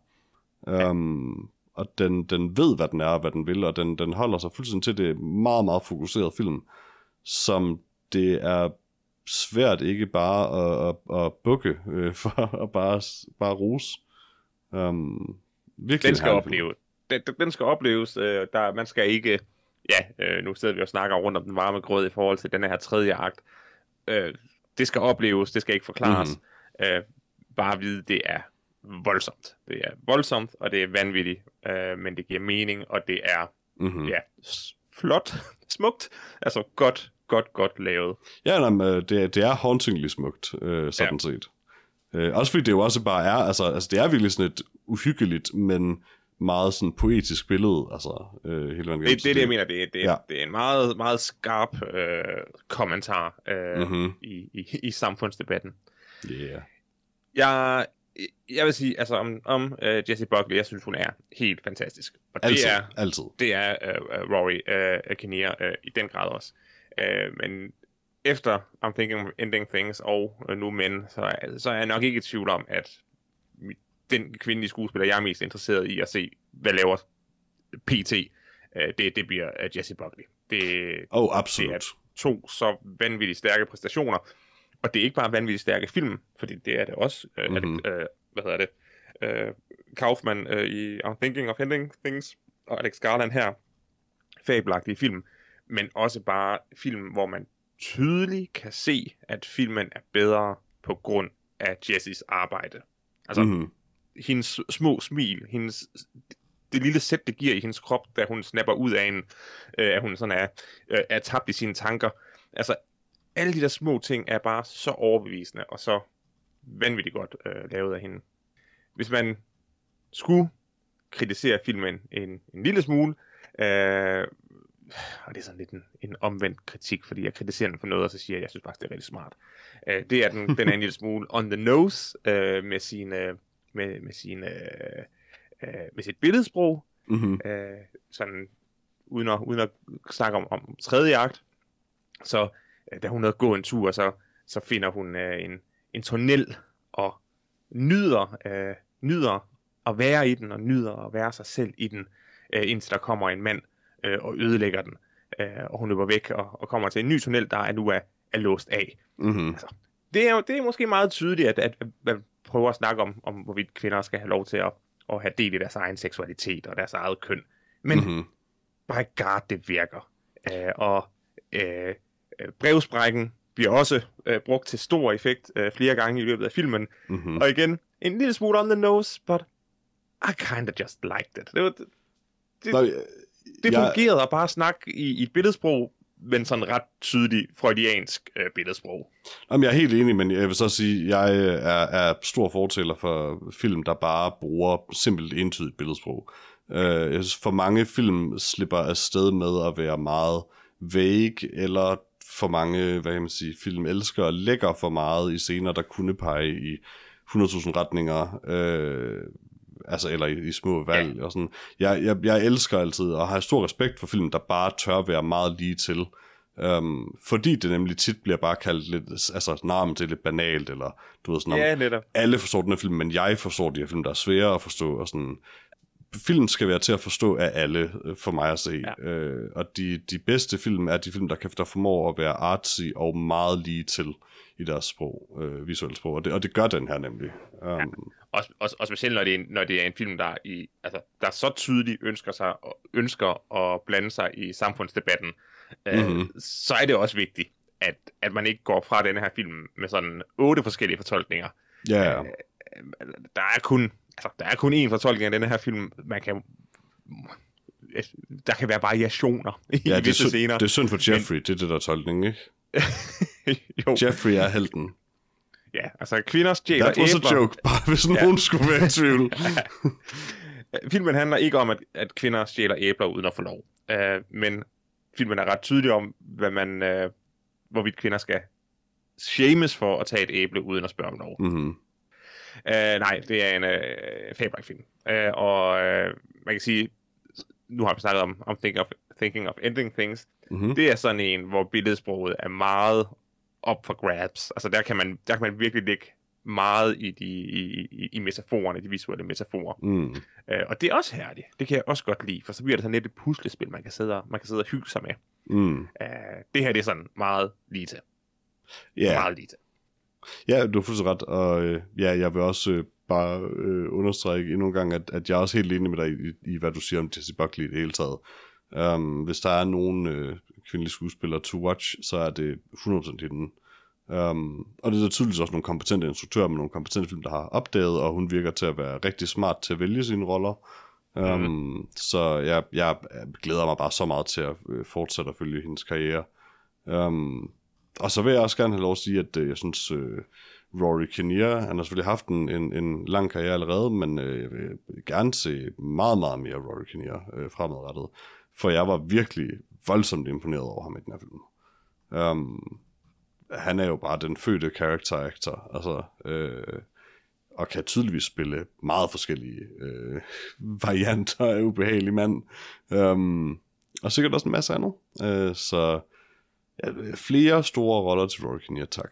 Og den ved, hvad den er, og hvad den vil, og den holder sig fuldstændig til det meget, meget fokuseret film, som det er svært ikke bare at bukke for at bare rose. Virkelig den skal opleves. Man skal ikke... nu sidder vi og snakker rundt om den varme grød i forhold til den her tredje akt. Det skal opleves, det skal ikke forklares. Bare vide, det er voldsomt. Det er voldsomt, og det er vanvittigt, men det giver mening, og det er flot, smukt, altså godt lavet. Ja, det er hauntingly smukt, sådan set. Også fordi det jo også bare er, altså det er virkelig sådan et uhyggeligt, men meget sådan poetisk billede, altså hele vejen. Det er det, jeg mener, det er en meget, meget skarp kommentar i samfundsdebatten. Yeah. Jeg vil sige, altså om Jessie Buckley, jeg synes, hun er helt fantastisk. Og altid. Det er Rory Kinnear i den grad også. Men efter I'm Thinking of Ending Things og nu Men, så er jeg nok ikke i tvivl om, at den kvindelige skuespiller, jeg er mest interesseret i at se, hvad laver PT, det bliver Jessie Buckley. Absolut. Det er 2 så vanvittigt stærke præstationer, og det er ikke bare vanvittigt stærke film, fordi det er det også. Kaufman i I'm Thinking of Ending Things, og Alex Garland her, fabelagtige film, men også bare film, hvor man tydeligt kan se, at filmen er bedre på grund af Jessies arbejde. Altså, hendes små smil, det lille sæt, det giver i hendes krop, da hun snapper ud af at hun sådan er tabt i sine tanker. Altså, alle de der små ting er bare så overbevisende, og så vanvittigt godt lavet af hende. Hvis man skulle kritisere filmen en lille smule, og det er sådan lidt en omvendt kritik, fordi jeg kritiserer den for noget, og så siger jeg synes faktisk, det er rigtig smart. Det er den er en lille smule on the nose med sit billedsprog, sådan uden at snakke om tredje akt. Så da hun er gået en tur, så finder hun en tunnel og nyder at være i den, og nyder at være sig selv i den, indtil der kommer en mand og ødelægger den. Og hun løber væk og kommer til en ny tunnel, der nu er låst af. Altså, det er måske meget tydeligt, at man prøver at snakke om hvorvidt kvinder skal have lov til at have del i deres egen seksualitet og deres eget køn. Men by God, det virker. Brevsprækken bliver også brugt til stor effekt flere gange i løbet af filmen. Mm-hmm. Og igen, en lille smule on the nose, but I kinda just liked it. Det fungerede at bare snakke i et billedsprog, men sådan ret tydeligt freudiansk billedsprog. Jamen, jeg er helt enig, men jeg vil så sige, at jeg er stor fortæller for film, der bare bruger simpelt entydigt billedsprog. Jeg synes, for mange film slipper afsted med at være meget vague, eller for mange, hvad kan man sige, filmelskere lægger for meget i scener, der kunne pege i 100.000 retninger, altså, eller i små valg, og sådan. Jeg elsker altid, og har stor respekt for film, der bare tør være meget lige til, fordi det nemlig tit bliver bare kaldt lidt, altså nærmest lidt banalt, eller du ved sådan, alle forstår den her film, men jeg forstår de her film, der er svære at forstå, og sådan. Film skal være til at forstå af alle, for mig at se. Ja. Og de bedste film er de film, der formår at være artsy og meget lige til i deres sprog, visuelt sprog. Og det gør den her nemlig. Ja. Og specielt når det er en film, der så tydeligt ønsker at blande sig i samfundsdebatten, så er det også vigtigt, at man ikke går fra denne her film med sådan 8 forskellige fortolkninger. Ja. Der er kun én fortolkning af denne her film. Der kan være variationer i visse scener. Det er synd for Jeffrey, det er det der tolkning, ikke? Jo. Jeffrey er helten. Ja, altså kvinder stjæler æbler. That was a joke, bare hvis nogen skulle være i tvivl. Filmen handler ikke om, at kvinder stjæler æbler uden at få lov. Men filmen er ret tydelig om, hvorvidt kvinder skal shames for at tage et æble uden at spørge om lov. Mm-hmm. Nej, det er en Faberg-film. Og man kan sige, nu har vi snakket om Thinking of Ending Things. Mm-hmm. Det er sådan en, hvor billedsproget er meget op for grabs. Altså der kan man virkelig lægge meget i metaforerne, de visuelle metaforer. Mm. Og det er også herligt. Det kan jeg også godt lide, for så bliver det sådan lidt et puslespil, man kan sidde og hygge sig med. Mm. Det her det er sådan meget lige til. Yeah. Meget lige til. Ja, du har fuldstændig ret, og jeg vil også bare understrege endnu en gang, at jeg er også helt enig med dig i hvad du siger om Jessie Buckley i det hele taget. Hvis der er nogen kvindelige skuespillere to watch, så er det 100% hende. Og det er tydeligvis også nogle kompetente instruktører med nogle kompetente film, der har opdaget, og hun virker til at være rigtig smart til at vælge sine roller. Så jeg glæder mig bare så meget til at fortsætte at følge hendes karriere. Og så vil jeg også gerne have lov at sige, at jeg synes, Rory Kinnear, han har selvfølgelig haft en lang karriere allerede, men jeg vil gerne se meget, meget mere Rory Kinnear fremadrettet. For jeg var virkelig voldsomt imponeret over ham i den her film. Han er jo bare den fødte character actor, altså, og kan tydeligvis spille meget forskellige varianter af ubehagelig mand. Og sikkert også en masse andet. Så ja, flere store roller til Rory Kinnear, tak.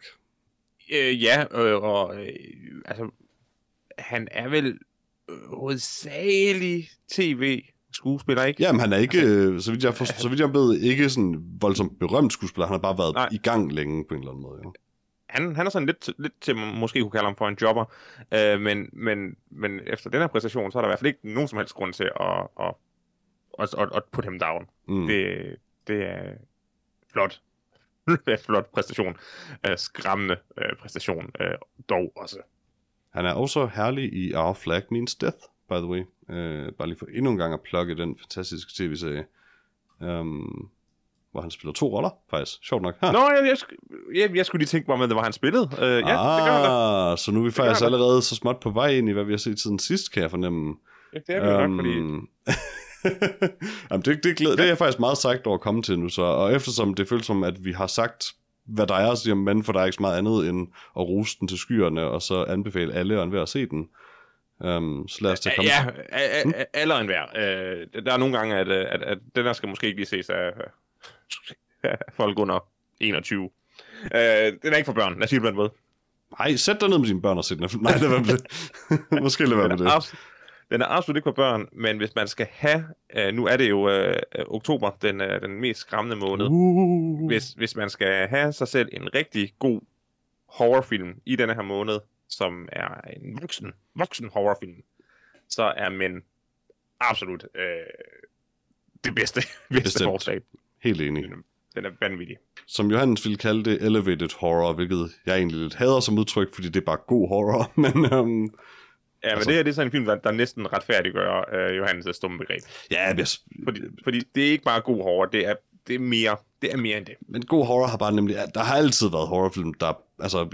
Altså, han er vel hovedsagelig tv-skuespiller, ikke? Jamen, han er ikke, så vidt jeg ved, ikke sådan voldsomt berømt skuespiller. Han har bare været i gang længe på en eller anden måde. Ja. Han er sådan lidt til, man måske kunne kalde ham for en jobber, men efter den her præstation, så er der i hvert fald ikke nogen som helst grund til at put him down. Mm. Det er flot. Flot præstation. Skræmmende præstation dog også. Han er også herlig i Our Flag Means Death, by the way. Bare lige for endnu en gang at plukke den fantastiske tv-serie. Hvor han spiller 2 roller, faktisk. Sjovt nok. Nå, jeg skulle lige tænke mig, hvor han spillede. Ja, det gør han. Så nu er vi faktisk allerede så småt på vej ind i, hvad vi har set siden sidst, kan jeg fornemme. Ja, det er vi nok, fordi... Jamen, det er jeg faktisk meget sagt over at komme til nu, så. Og eftersom det føles som, at vi har sagt, hvad der er at sige om manden, for der er ikke så meget andet end at rose den til skyerne, og så anbefale alle og enhver at se den. Så lad os til at komme alle og enhver. Der er nogle gange, at den her skal måske ikke lige ses af folk under 21. Den er ikke for børn, lad os sige det på den måde. Nej, sæt dig ned med dine børn og se den. Nej, det var det. Måske lad være med det. Den er absolut ikke for børn, men hvis man skal have... nu er det jo oktober, den mest skræmmende måned. Hvis man skal have sig selv en rigtig god horrorfilm i denne her måned, som er en voksen horrorfilm, så er Men absolut det bedste forslag. Helt enig. Den er vanvittig. Som Johannes ville kalde det, elevated horror, hvilket jeg egentlig lidt hader som udtryk, fordi det er bare god horror, men... Ja, men altså, det her det er sådan en film, der næsten retfærdiggør Johannes' stumme begreb. Ja, fordi det er ikke bare god horror, det er mere end det. Men god horror har bare nemlig... Der har altid været horrorfilm, der... Altså,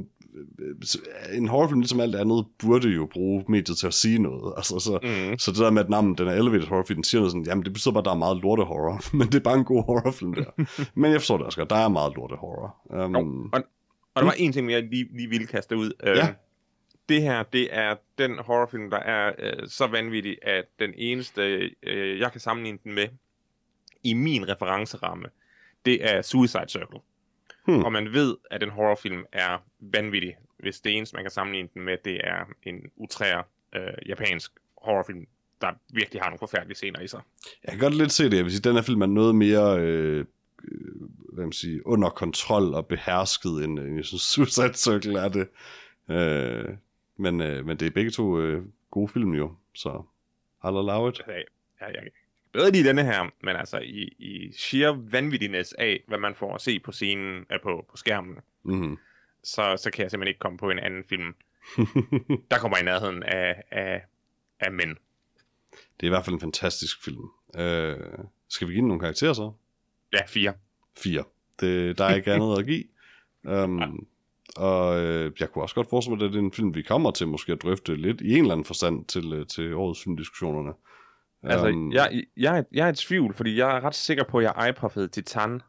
en horrorfilm, ligesom alt andet, burde jo bruge mediet til at sige noget. Altså, så det der med, at navnet, den er elevated horrorfilm, siger noget sådan, jamen det betyder bare, at der er meget lorte horror. Men det er bare en god horrorfilm der. Men jeg forstår det også godt, der er meget lorte horror. Og der var en ting, jeg lige ville kaste ud. Ja. Det her, det er den horrorfilm, der er så vanvittig, at den eneste, jeg kan sammenligne den med, i min referenceramme, det er Suicide Circle. Og man ved, at en horrorfilm er vanvittig, hvis det eneste, man kan sammenligne den med, det er en utrær japansk horrorfilm, der virkelig har nogle forfærdelige scener i sig. Jeg kan godt lidt se det. Jeg vil sige, den her film er noget mere hvad man siger, under kontrol og behersket, end jeg synes, Suicide Circle er det. Men det er begge to gode film jo, så I'll allow it. Jeg kan bedre lide denne her, men altså i sheer vanvittignes af, hvad man får at se på scenen, på skærmen, så kan jeg simpelthen ikke komme på en anden film, der kommer i nærheden af mænd. Det er i hvert fald en fantastisk film. Skal vi give den nogle karakterer så? Ja, 4. 4. Der er ikke andet at give. Og jeg kunne også godt forestille mig, at det er en film, vi kommer til måske at drøfte lidt i en eller anden forstand til årets filmdiskussionerne. Altså, jeg er i tvivl, fordi jeg er ret sikker på, at jeg iPuffede Titan.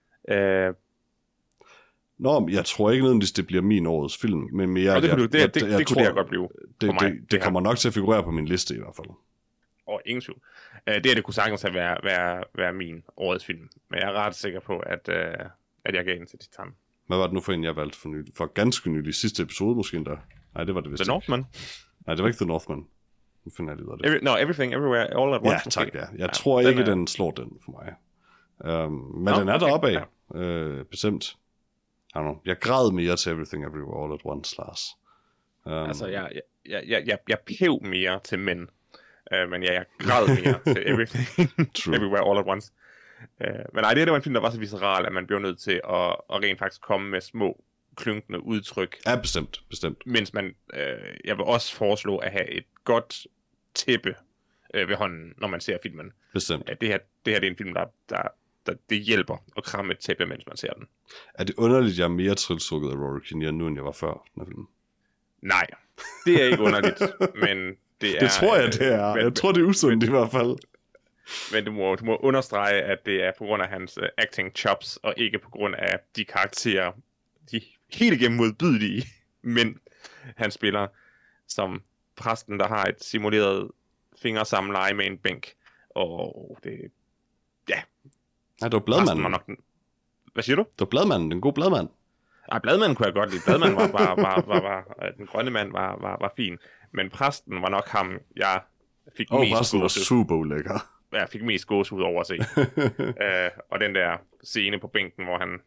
Nå, jeg tror ikke nødvendigvis, det bliver min årets film, men mere... Det kunne jeg godt blive for mig. Det kommer nok til at figurere på min liste i hvert fald. Ingen tvivl. Det kunne sagtens have være min årets film, men jeg er ret sikker på, at jeg gav den til Titan. Hvad var det nu for en, jeg valgte for ganske nylig? Sidste episode måske endda? Nej, det var det vist The Northman? Nej, det var ikke The Northman. Nu finder jeg lige det. Everything, Everywhere, All at Once. Ja, tak, ja. Jeg tror ikke, den slår den for mig. Men den er deroppe af. Bestemt. Jeg græd mere til Everything, Everywhere, All at Once, Lars. Altså, jeg pev mere til mænd. Men jeg græd mere til Everything, Everywhere, All at Once. Men nej, det var en film, der var så visceral, at man blev nødt til at rent faktisk komme med små klynkende udtryk. Ja, bestemt. Mens man, jeg vil også foreslå at have et godt tæppe ved hånden, når man ser filmen. Bestemt. Det her det er en film, der det hjælper at kramme et tæppe, mens man ser den. Er det underligt, jeg er mere tiltrukket af Rory Kinnear nu, end jeg var før den her film? Nej, det er ikke underligt, men det er... Det tror jeg, det er. Jeg tror, det er usundt i hvert fald. Men du må understrege, at det er på grund af hans acting chops, og ikke på grund af de karakterer, de helt igennem modbydelige mænd, han spiller, som præsten, der har et simuleret fingersamleje med en bænk. Og det... Ja. Nej, det var Bladmanden. Hvad siger du? Det var Bladmanden, den gode Bladmand. Nej, Bladmanden kunne jeg godt lide. Bladmanden var den grønne mand var fin. Men præsten var nok ham, jeg fik mest præsten var super ulækker. Jeg fik mest gåsehud over at se. Og den der scene på bænken, hvor han...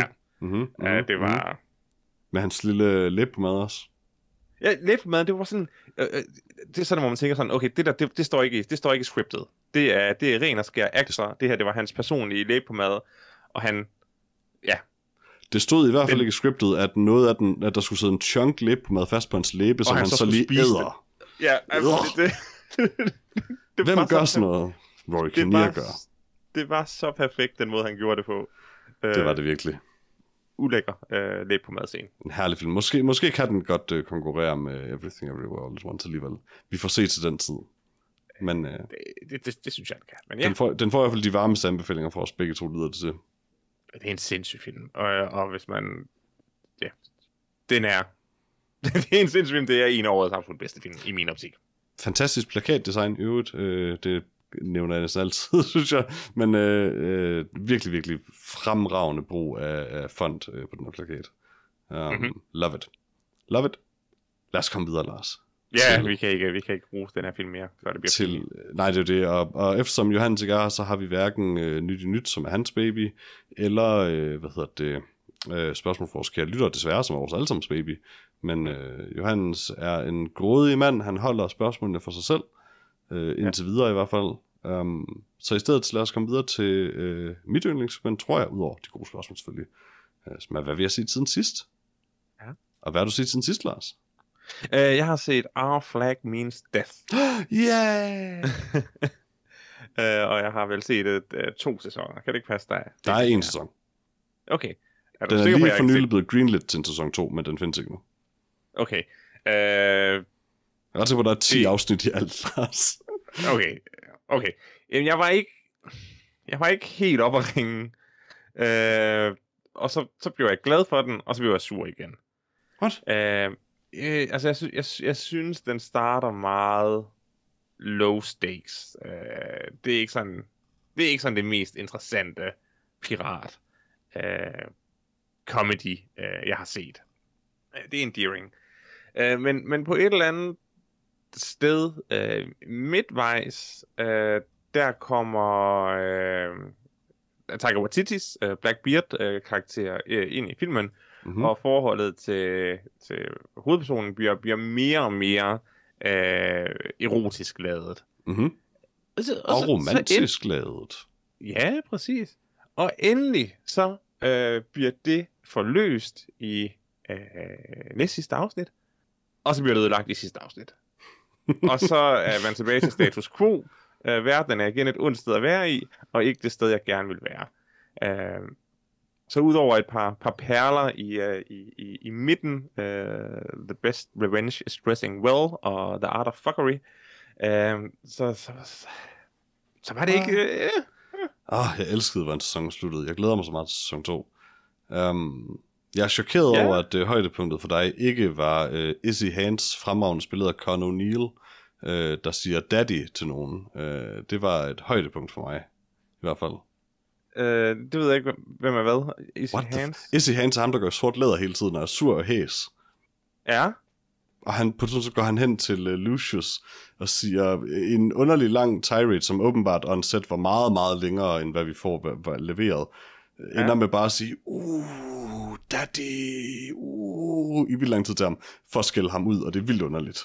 det var... Med hans lille læbpomade også. Ja, læbpomade, det var sådan... det er sådan, hvor man tænker sådan, okay, det står ikke scriptet. Det er ren og skær ekstra. Det her, det var hans personlige læbpomade. Og han... Ja. Det stod i hvert fald ikke i scriptet, at noget af den, at der skulle sidde en chunk læbpomade fast på hans læbe, som han så lige æder. Ja, altså, Hvem gør sådan noget? Rory Kinnear gør. Det var så perfekt, den måde, han gjorde det på. Det var det virkelig. Ulækker læbpomadescene. En herlig film. Måske kan den godt konkurrere med Everything Everywhere All at Once alligevel. Vi får se til den tid. Men det synes jeg, den kan. Men ja. Den får i hvert fald de varmeste anbefalinger for os begge to, lyder det til. Det er en sindssyg film. Og hvis man... Ja, den er... det er en sindssyg film. Det er en af årets absolut bedste film, i min optik. Fantastisk plakatdesign i øvrigt. Det nævner jeg næsten altid, synes jeg. Men virkelig, virkelig fremragende brug af font på den her plakat. Love it. Love it. Lad os komme videre, Lars. Ja, vi kan ikke bruge den her film mere, før det bliver nej, det er det. Og eftersom Johannes ikke er, så har vi hverken Nyt i Nyt, som er hans baby, eller, spørgsmål for vores kære lytter, desværre, som er vores allesammens baby. Men Johannes er en grådig mand. Han holder spørgsmålene for sig selv. Indtil videre i hvert fald. Så i stedet lad os komme videre til mit yndlingssegment, tror jeg, udover de gode spørgsmål selvfølgelig. Som er, hvad vi har set siden sidst. Ja. Og hvad har du set siden sidst, Lars? Jeg har set Our Flag Means Death. Yeah! Og jeg har vel set 2 sæsoner. Kan det ikke passe dig? Der er 1 sæson. Okay. Er du Den er sikker på, lige jeg for ikke nylig blevet greenlit til en sæson 2, men den findes ikke nu. Okay. Jeg er ret sikker på, der er 10 afsnit i alt, Lars. Okay. Jamen, jeg var ikke helt op at ringe. Og så blev jeg glad for den, og så blev jeg sur igen. What? Altså, jeg synes, den starter meget low stakes. Det er ikke sådan det mest interessante pirat comedy, jeg har set. Det er endearing. Men på et eller andet sted midtvejs, der kommer Taika Waititis Blackbeard karakter ind i filmen, og forholdet til hovedpersonen bliver mere og mere erotisk ladet. Og romantisk ladet. Ja, præcis. Og endelig så bliver det forløst i næste sidste afsnit, og så bliver det ødelagt i sidste afsnit. Og så er man tilbage til status quo. Verden er igen et ondt sted at være i, og ikke det sted, jeg gerne vil være. Så udover et par perler i midten, The Best Revenge is Dressing Well, og The Art of Fuckery, så var det ikke... Jeg elskede, hvordan sæsonen sluttede. Jeg glæder mig så meget til sæson 2. Jeg er chokeret over, at højdepunktet for dig ikke var Izzy Hans fremragende spillet af Con O'Neill, der siger daddy til nogen. Det var et højdepunkt for mig, i hvert fald. Det ved jeg ikke, hvem er hvad? Izzy Hans? Izzy Hans er ham, der gør sort læder hele tiden, og er sur og hæs. Ja. Og på et så går han hen til Lucius og siger en underlig lang tirade, som åbenbart on set var meget, meget længere, end hvad vi får leveret. Ender med bare at sige, daddy, i vildt lang tid til ham, for at skælde ham ud, og det er vildt underligt.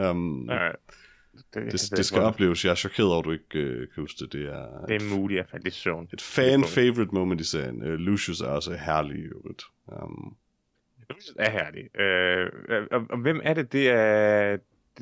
Det skal opleves. Jeg er chokeret over, at du ikke kan huske det. Det er muligt, jeg fandt det søvn. Et fan-favorite moment i serien. Lucius er også herlig i øvrigt. Lucius er herlig. Og hvem er det? Det er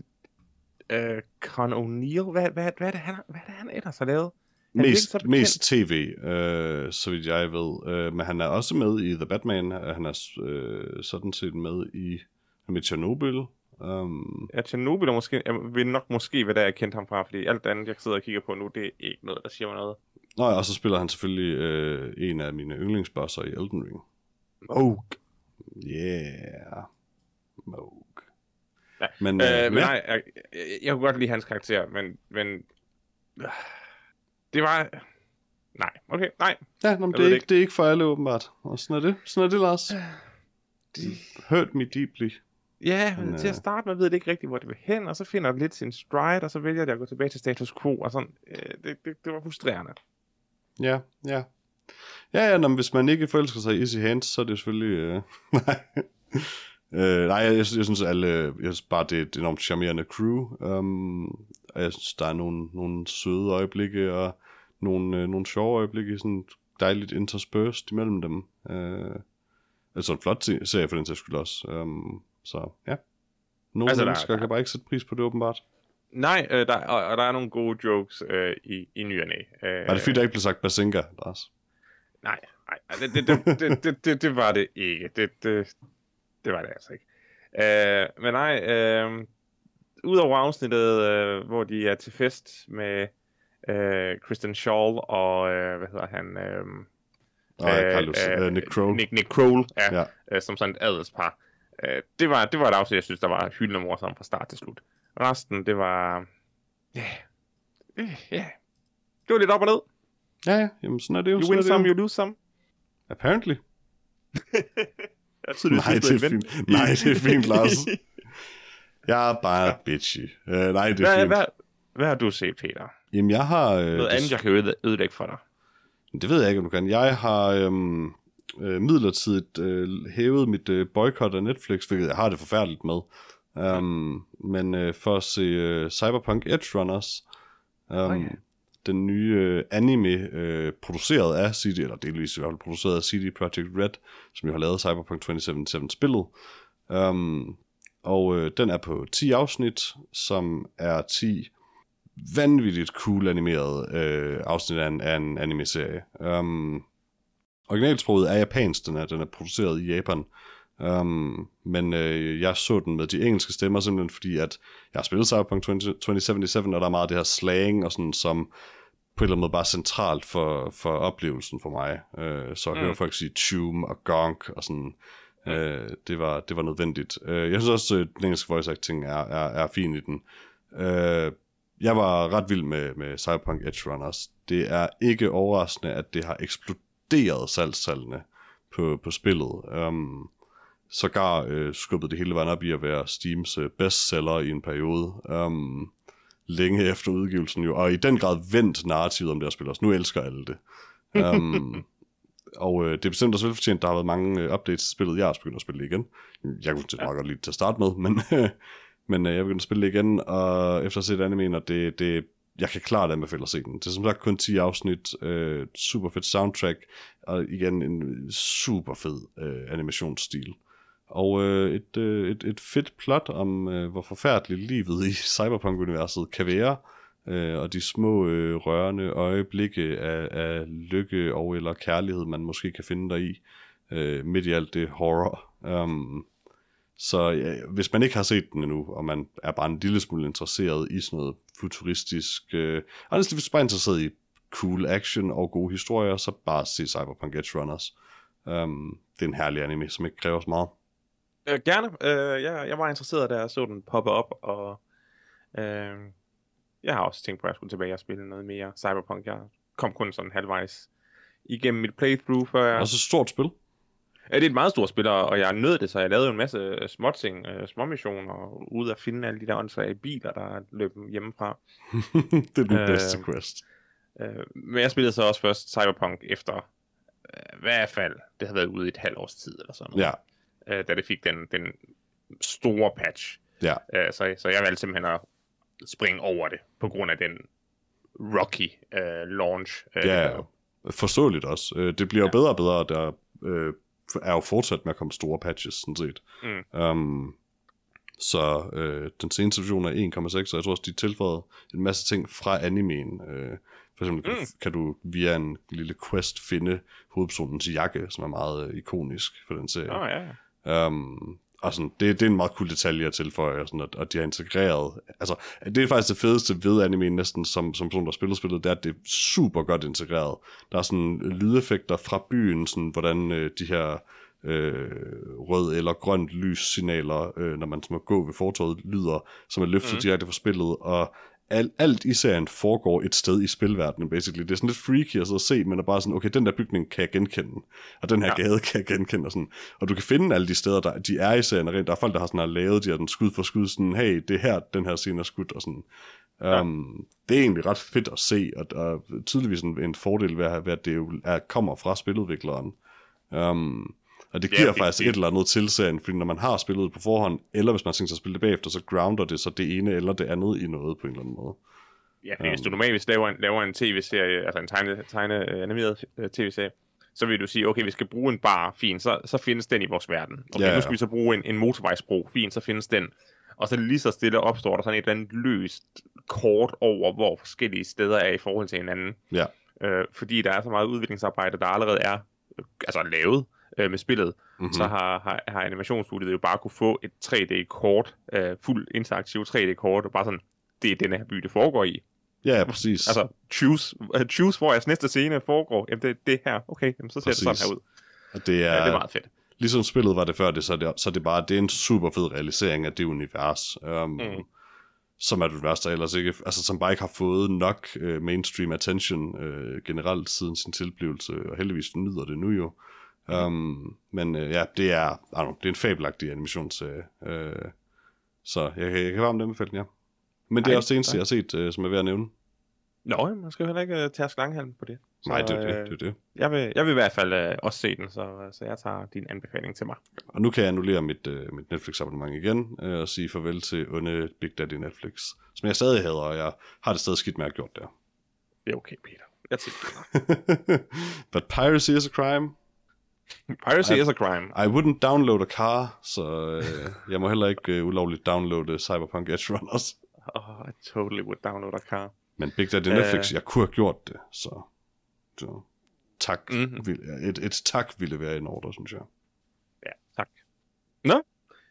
Con O'Neill. Hvad er det, han ellers har lavet? Mest tv, så vidt jeg ved. Men han er også med i The Batman. Han er sådan set med i Chernobyl. Chernobyl er måske, jeg ved nok måske, hvad der jeg kendte ham fra, fordi alt andet, jeg sidder og kigger på nu, det er ikke noget, der siger mig noget. Nå, og så spiller han selvfølgelig en af mine yndlingsbosser i Elden Ring. Moog. Yeah. Moog. Ja, men nej, jeg kunne godt lide hans karakter, men det var... Nej, okay, nej. Ja, det er ikke for alle åbenbart. Og sådan er det, Lars. Hurt me deeply. Ja, til at starte med ved det ikke rigtigt, hvor det vil hen, og så finder det lidt sin stride, og så vælger det at gå tilbage til status quo, og sådan. Det var frustrerende. Ja. Men hvis man ikke forelsker sig i Izzy Hans, så er det selvfølgelig... Nej, jeg synes bare, det er et enormt charmerende crew. Og jeg synes, der er nogle søde øjeblikke, og nogle sjove øjeblikke, sådan dejligt interspersed imellem dem. Altså en flot serie for den sags skyld også. Så ja. Nogle mennesker kan bare ikke sætte pris på det, åbenbart. Nej, der er nogle gode jokes i ny og næ. Var det fordi, der ikke blev sagt Bazinga, Lars? Nej, det var det ikke. Det var det altså ikke. Men nej, udover afsnittet, hvor de er til fest med Kristen Schaal og, hvad hedder han? Nick Kroll. Nick Kroll, ja. Som sådan et adelspar. Det var et afsnit, jeg synes, der var hyldende morsomt fra start til slut. Resten, det var... Ja. Det var lidt op og ned. Ja, jamen sådan er det jo. You win some, you lose some. Apparently. Nej, det er fint, Lars. Jeg er bare bitchy. Nej, det er fint. Hvad har du set, Peter? Jamen, jeg har... noget andet, jeg kan ødelægge for dig. Det ved jeg ikke, om du kan. Jeg har midlertidigt hævet mit boykot af Netflix, hvilket jeg har det forfærdeligt med. Men for at se Cyberpunk Edge Runners, den nye anime, produceret af CD, eller delvis i hvert fald produceret af CD Projekt Red, som jo har lavet Cyberpunk 2077-spillet. Og den er på 10 afsnit, som er 10 vanvittigt cool animerede afsnit af en anime-serie. Originalsproget er japansk, den er produceret i Japan. Men jeg så den med de engelske stemmer, simpelthen fordi, at jeg har spillet Cyberpunk 2077, og der er meget af det her slang, og sådan, som på en eller anden måde bare centralt for oplevelsen for mig. Så jeg hører folk sige tune og gonk, og sådan. Det var nødvendigt. Jeg synes også, at den engelske voice acting er fin i den. Jeg var ret vild med Cyberpunk Edge Runners. Det er ikke overraskende, at det har eksploderet salgstallene på spillet. Sågar skubbede det hele vejen op i at være Steams bestseller i en periode. Længe efter udgivelsen jo. Og i den grad vendt narrativet om det her spil også. Nu elsker alle det. Og det er bestemt også velfortjent, der har været mange updates til spillet. Jeg har også begyndt at spille det igen. Jeg kunne meget godt lide det til at starte med, men jeg begyndte at spille det igen, og efter at se det anime, og jeg kan klart anbefale at se den. Det er som sagt kun 10 afsnit, super fedt soundtrack, og igen en super fed animationsstil. Og et fedt plot om, hvor forfærdeligt livet i Cyberpunk-universet kan være, og de små rørende øjeblikke af lykke og eller kærlighed, man måske kan finde der i, midt i alt det horror. Så ja, hvis man ikke har set den endnu, og man er bare en lille smule interesseret i sådan noget futuristisk, honestly, hvis man bare er interesseret i cool action og gode historier, så bare se Cyberpunk Edge Runners. Det er en herlig anime, som ikke kræver så meget. Gerne. Jeg var interesseret, da jeg så den poppe op, og jeg har også tænkt på, at jeg skulle tilbage og spille noget mere Cyberpunk. Jeg kom kun sådan halvvejs igennem mit playthrough, før jeg... Også et stort spil. Ja, det er et meget stort spil, og jeg nød det, så jeg lavede en masse småmissioner, ude at finde alle de der åndssvage biler, der løb hjemmefra. Det er den bedste quest. Men jeg spillede så også først Cyberpunk efter, i hvert fald, det havde været ude i et halvt års tid, eller sådan noget. Ja. Da det fik den store patch. Ja. Så jeg valgte simpelthen at springe over det, på grund af den rocky launch. Ja, forståeligt også. Det bliver jo bedre og bedre, der er jo fortsat med at komme store patches, sådan set. Så den seneste version er 1,6, og jeg tror også, de tilføjede en masse ting fra animeen. For eksempel kan du via en lille quest finde hovedpersonens jakke, som er meget ikonisk for den serie. Og sådan, det er en meget cool detalje at tilføje, sådan at de har integreret. Altså, det er faktisk det fedeste ved animeen, næsten som person, der spiller spillet, det er, at det er super godt integreret. Der er sådan lydeffekter fra byen, sådan, hvordan de her rød eller grønt lyssignaler, når man må gå ved fortovet, lyder, som er løftet direkte fra spillet, og alt i serien foregår et sted i spilverdenen, basically. Det er sådan lidt freaky at sidde og se, men er bare sådan, okay, den der bygning kan jeg genkende, og den her gade kan jeg genkende, og sådan. Og du kan finde alle de steder, der de er i serien, og der er folk, der har sådan lavet de her den skud for skud, sådan, hey, det her, den her scene er skudt, og sådan. Det er egentlig ret fedt at se, og tydeligvis en fordel ved at det jo kommer fra spiludvikleren. Og det giver faktisk et eller andet til serien, fordi når man har spillet det på forhånd, eller hvis man tænker sig at spille det bagefter, så grounder det så det ene eller det andet i noget på en eller anden måde. Ja, fordi hvis du normalt laver en tv-serie, altså en animeret tv-serie, så vil du sige, okay, vi skal bruge en bar, fint, så findes den i vores verden. Okay, nu skal vi så bruge en motorvejsbro, fint, så findes den. Og så lige så stille opstår der sådan et eller andet løst kort over, hvor forskellige steder er i forhold til hinanden. Ja. Fordi der er så meget udviklingsarbejde, der allerede er lavet med spillet, så har animationsstudiet jo bare kunne få et 3D-kort, fuldt interaktiv 3D-kort, og bare sådan, det er den her by, det foregår i. Ja, præcis. Altså, choose hvor jeres næste scene foregår. Jamen, det her. Okay, jamen, så ser det sådan her ud. Og det er, det er meget fedt. Ligesom spillet var det før det, så det er en super fed realisering af det univers. Som er det univers, der ellers ikke, altså som bare ikke har fået nok mainstream attention generelt siden sin tilblivelse, og heldigvis nyder det nu jo. Men det er en fabelagtig animationsserie. Så jeg kan varmt anbefale den, ja. Men det er også det eneste, jeg har set, som er ved at nævne. Nå, man skal jo heller ikke tage slanghalm på det. Så, nej, det er det. Jeg vil i hvert fald også se den, så jeg tager din anbefaling til mig. Og nu kan jeg annullere mit Netflix-abonnement igen, og sige farvel til onde Big Daddy Netflix, som jeg stadig hader, og jeg har det stadig skidt med at have gjort der. Det er okay, Peter. Jeg tilgiver. But piracy is a crime. Piracy is a crime. I wouldn't download a car, så jeg må heller ikke ulovligt downloade Cyberpunk Edge Runners. I totally would download a car. Men Big Daddy Netflix, jeg kunne have gjort det, så tak. Et tak ville være en ordre, synes jeg. Ja, tak. Nå,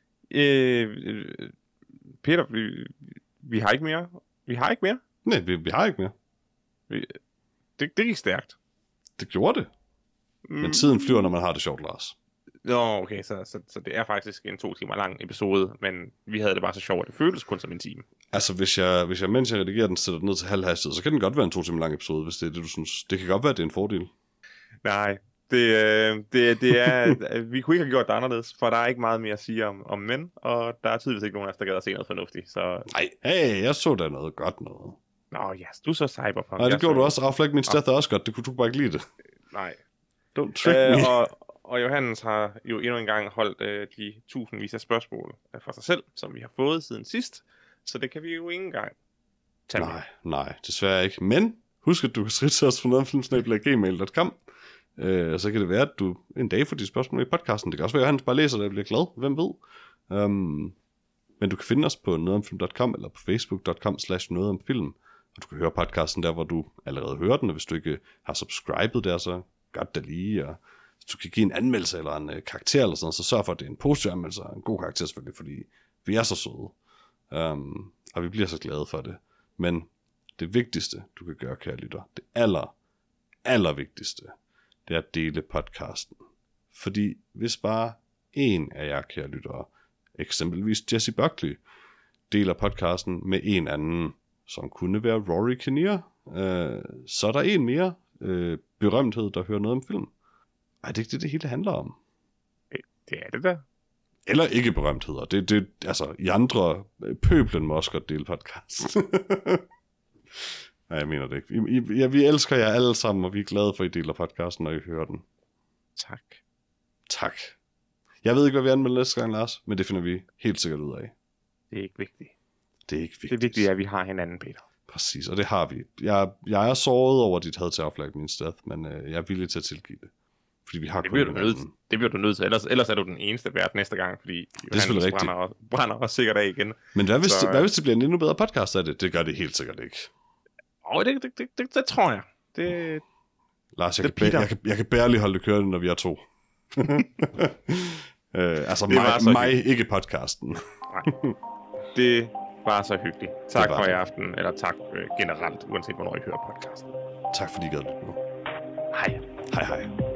Peter, vi har ikke mere. Vi har ikke mere? Nej, vi har ikke mere. Det gik stærkt. Det gjorde det. Men tiden flyver, når man har det sjovt, Lars. Nå, okay, så det er faktisk en 2 timer lang episode, men vi havde det bare så sjovt, at det føltes kun som en time. Altså, hvis jeg mens jeg redigerer den, sætter den ned til halv hastighed, så kan den godt være en 2 timer lang episode, hvis det er det, du synes. Det kan godt være, at det er en fordel. Nej, det er... Vi kunne ikke have gjort det anderledes, for der er ikke meget mere at sige om mænd, og der er tydeligvis ikke nogen af os, der gad at se noget fornuftigt, så... Nej, hey, jeg så da noget godt noget. Nå, ja, du så Cyberpunk. Nej, det gjorde du også. Affleck, min Death er også godt. Det kunne du bare ikke lide det. Nej. Don't trick me. Og Johannes har jo endnu en gang holdt de tusindvis af spørgsmål for sig selv, som vi har fået siden sidst, så det kan vi jo ikke engang tage med. Nej, desværre ikke. Men husk, at du kan skrive til os på nogetomfilm@gmail.com. Så kan det være, at du en dag får de spørgsmål i podcasten. Det kan også være, at Johannes bare læser det og bliver glad. Hvem ved? Men du kan finde os på nogetomfilm.com eller på facebook.com/nogetomfilm. Og du kan høre podcasten der, hvor du allerede hører den, og hvis du ikke har subscribet der, så gør det lige, og hvis du kan give en anmeldelse eller en karakter eller sådan, så sørg for, at det er en positiv anmeldelse og en god karakter selvfølgelig, fordi vi er så søde. Og vi bliver så glade for det. Men det vigtigste, du kan gøre, kære lytter, det aller vigtigste, det er at dele podcasten. Fordi hvis bare en af jer, kære lyttere, eksempelvis Jesse Buckley, deler podcasten med en anden, som kunne være Rory Kinnear, så er der en mere berømthed, der hører noget om film. Ej, det er ikke det hele handler om. Det er det da. Eller ikke berømtheder. Det, altså, I andre pøblen må også godt dele podcast. Nej, jeg mener det ikke. Vi elsker jer alle sammen, og vi er glade for, at I deler podcasten, når I hører den. Tak. Jeg ved ikke, hvad vi anmelder næste gang, Lars, men det finder vi helt sikkert ud af. Det er ikke vigtigt. Det er ikke vigtigt. Det vigtige er, at vi har hinanden, Peter. Præcis, og det har vi. Jeg er såret over dit had til Affleck, min Death, men jeg er villig til at tilgive det. Fordi vi har det bliver du nødt til. Ellers er du den eneste vært næste gang, fordi Johannes brænder også sikkert af igen. Men hvad hvis det bliver en endnu bedre podcast af det? Det gør det helt sikkert ikke. Det tror jeg. Lars, jeg kan barely holde det kørende, når vi er 2. Altså mig ikke podcasten. Nej. Det var så hyggeligt. Tak for i aften, eller tak generelt, uanset hvornår I hører podcasten. Tak fordi I gad lytte nu. Hej. Hej.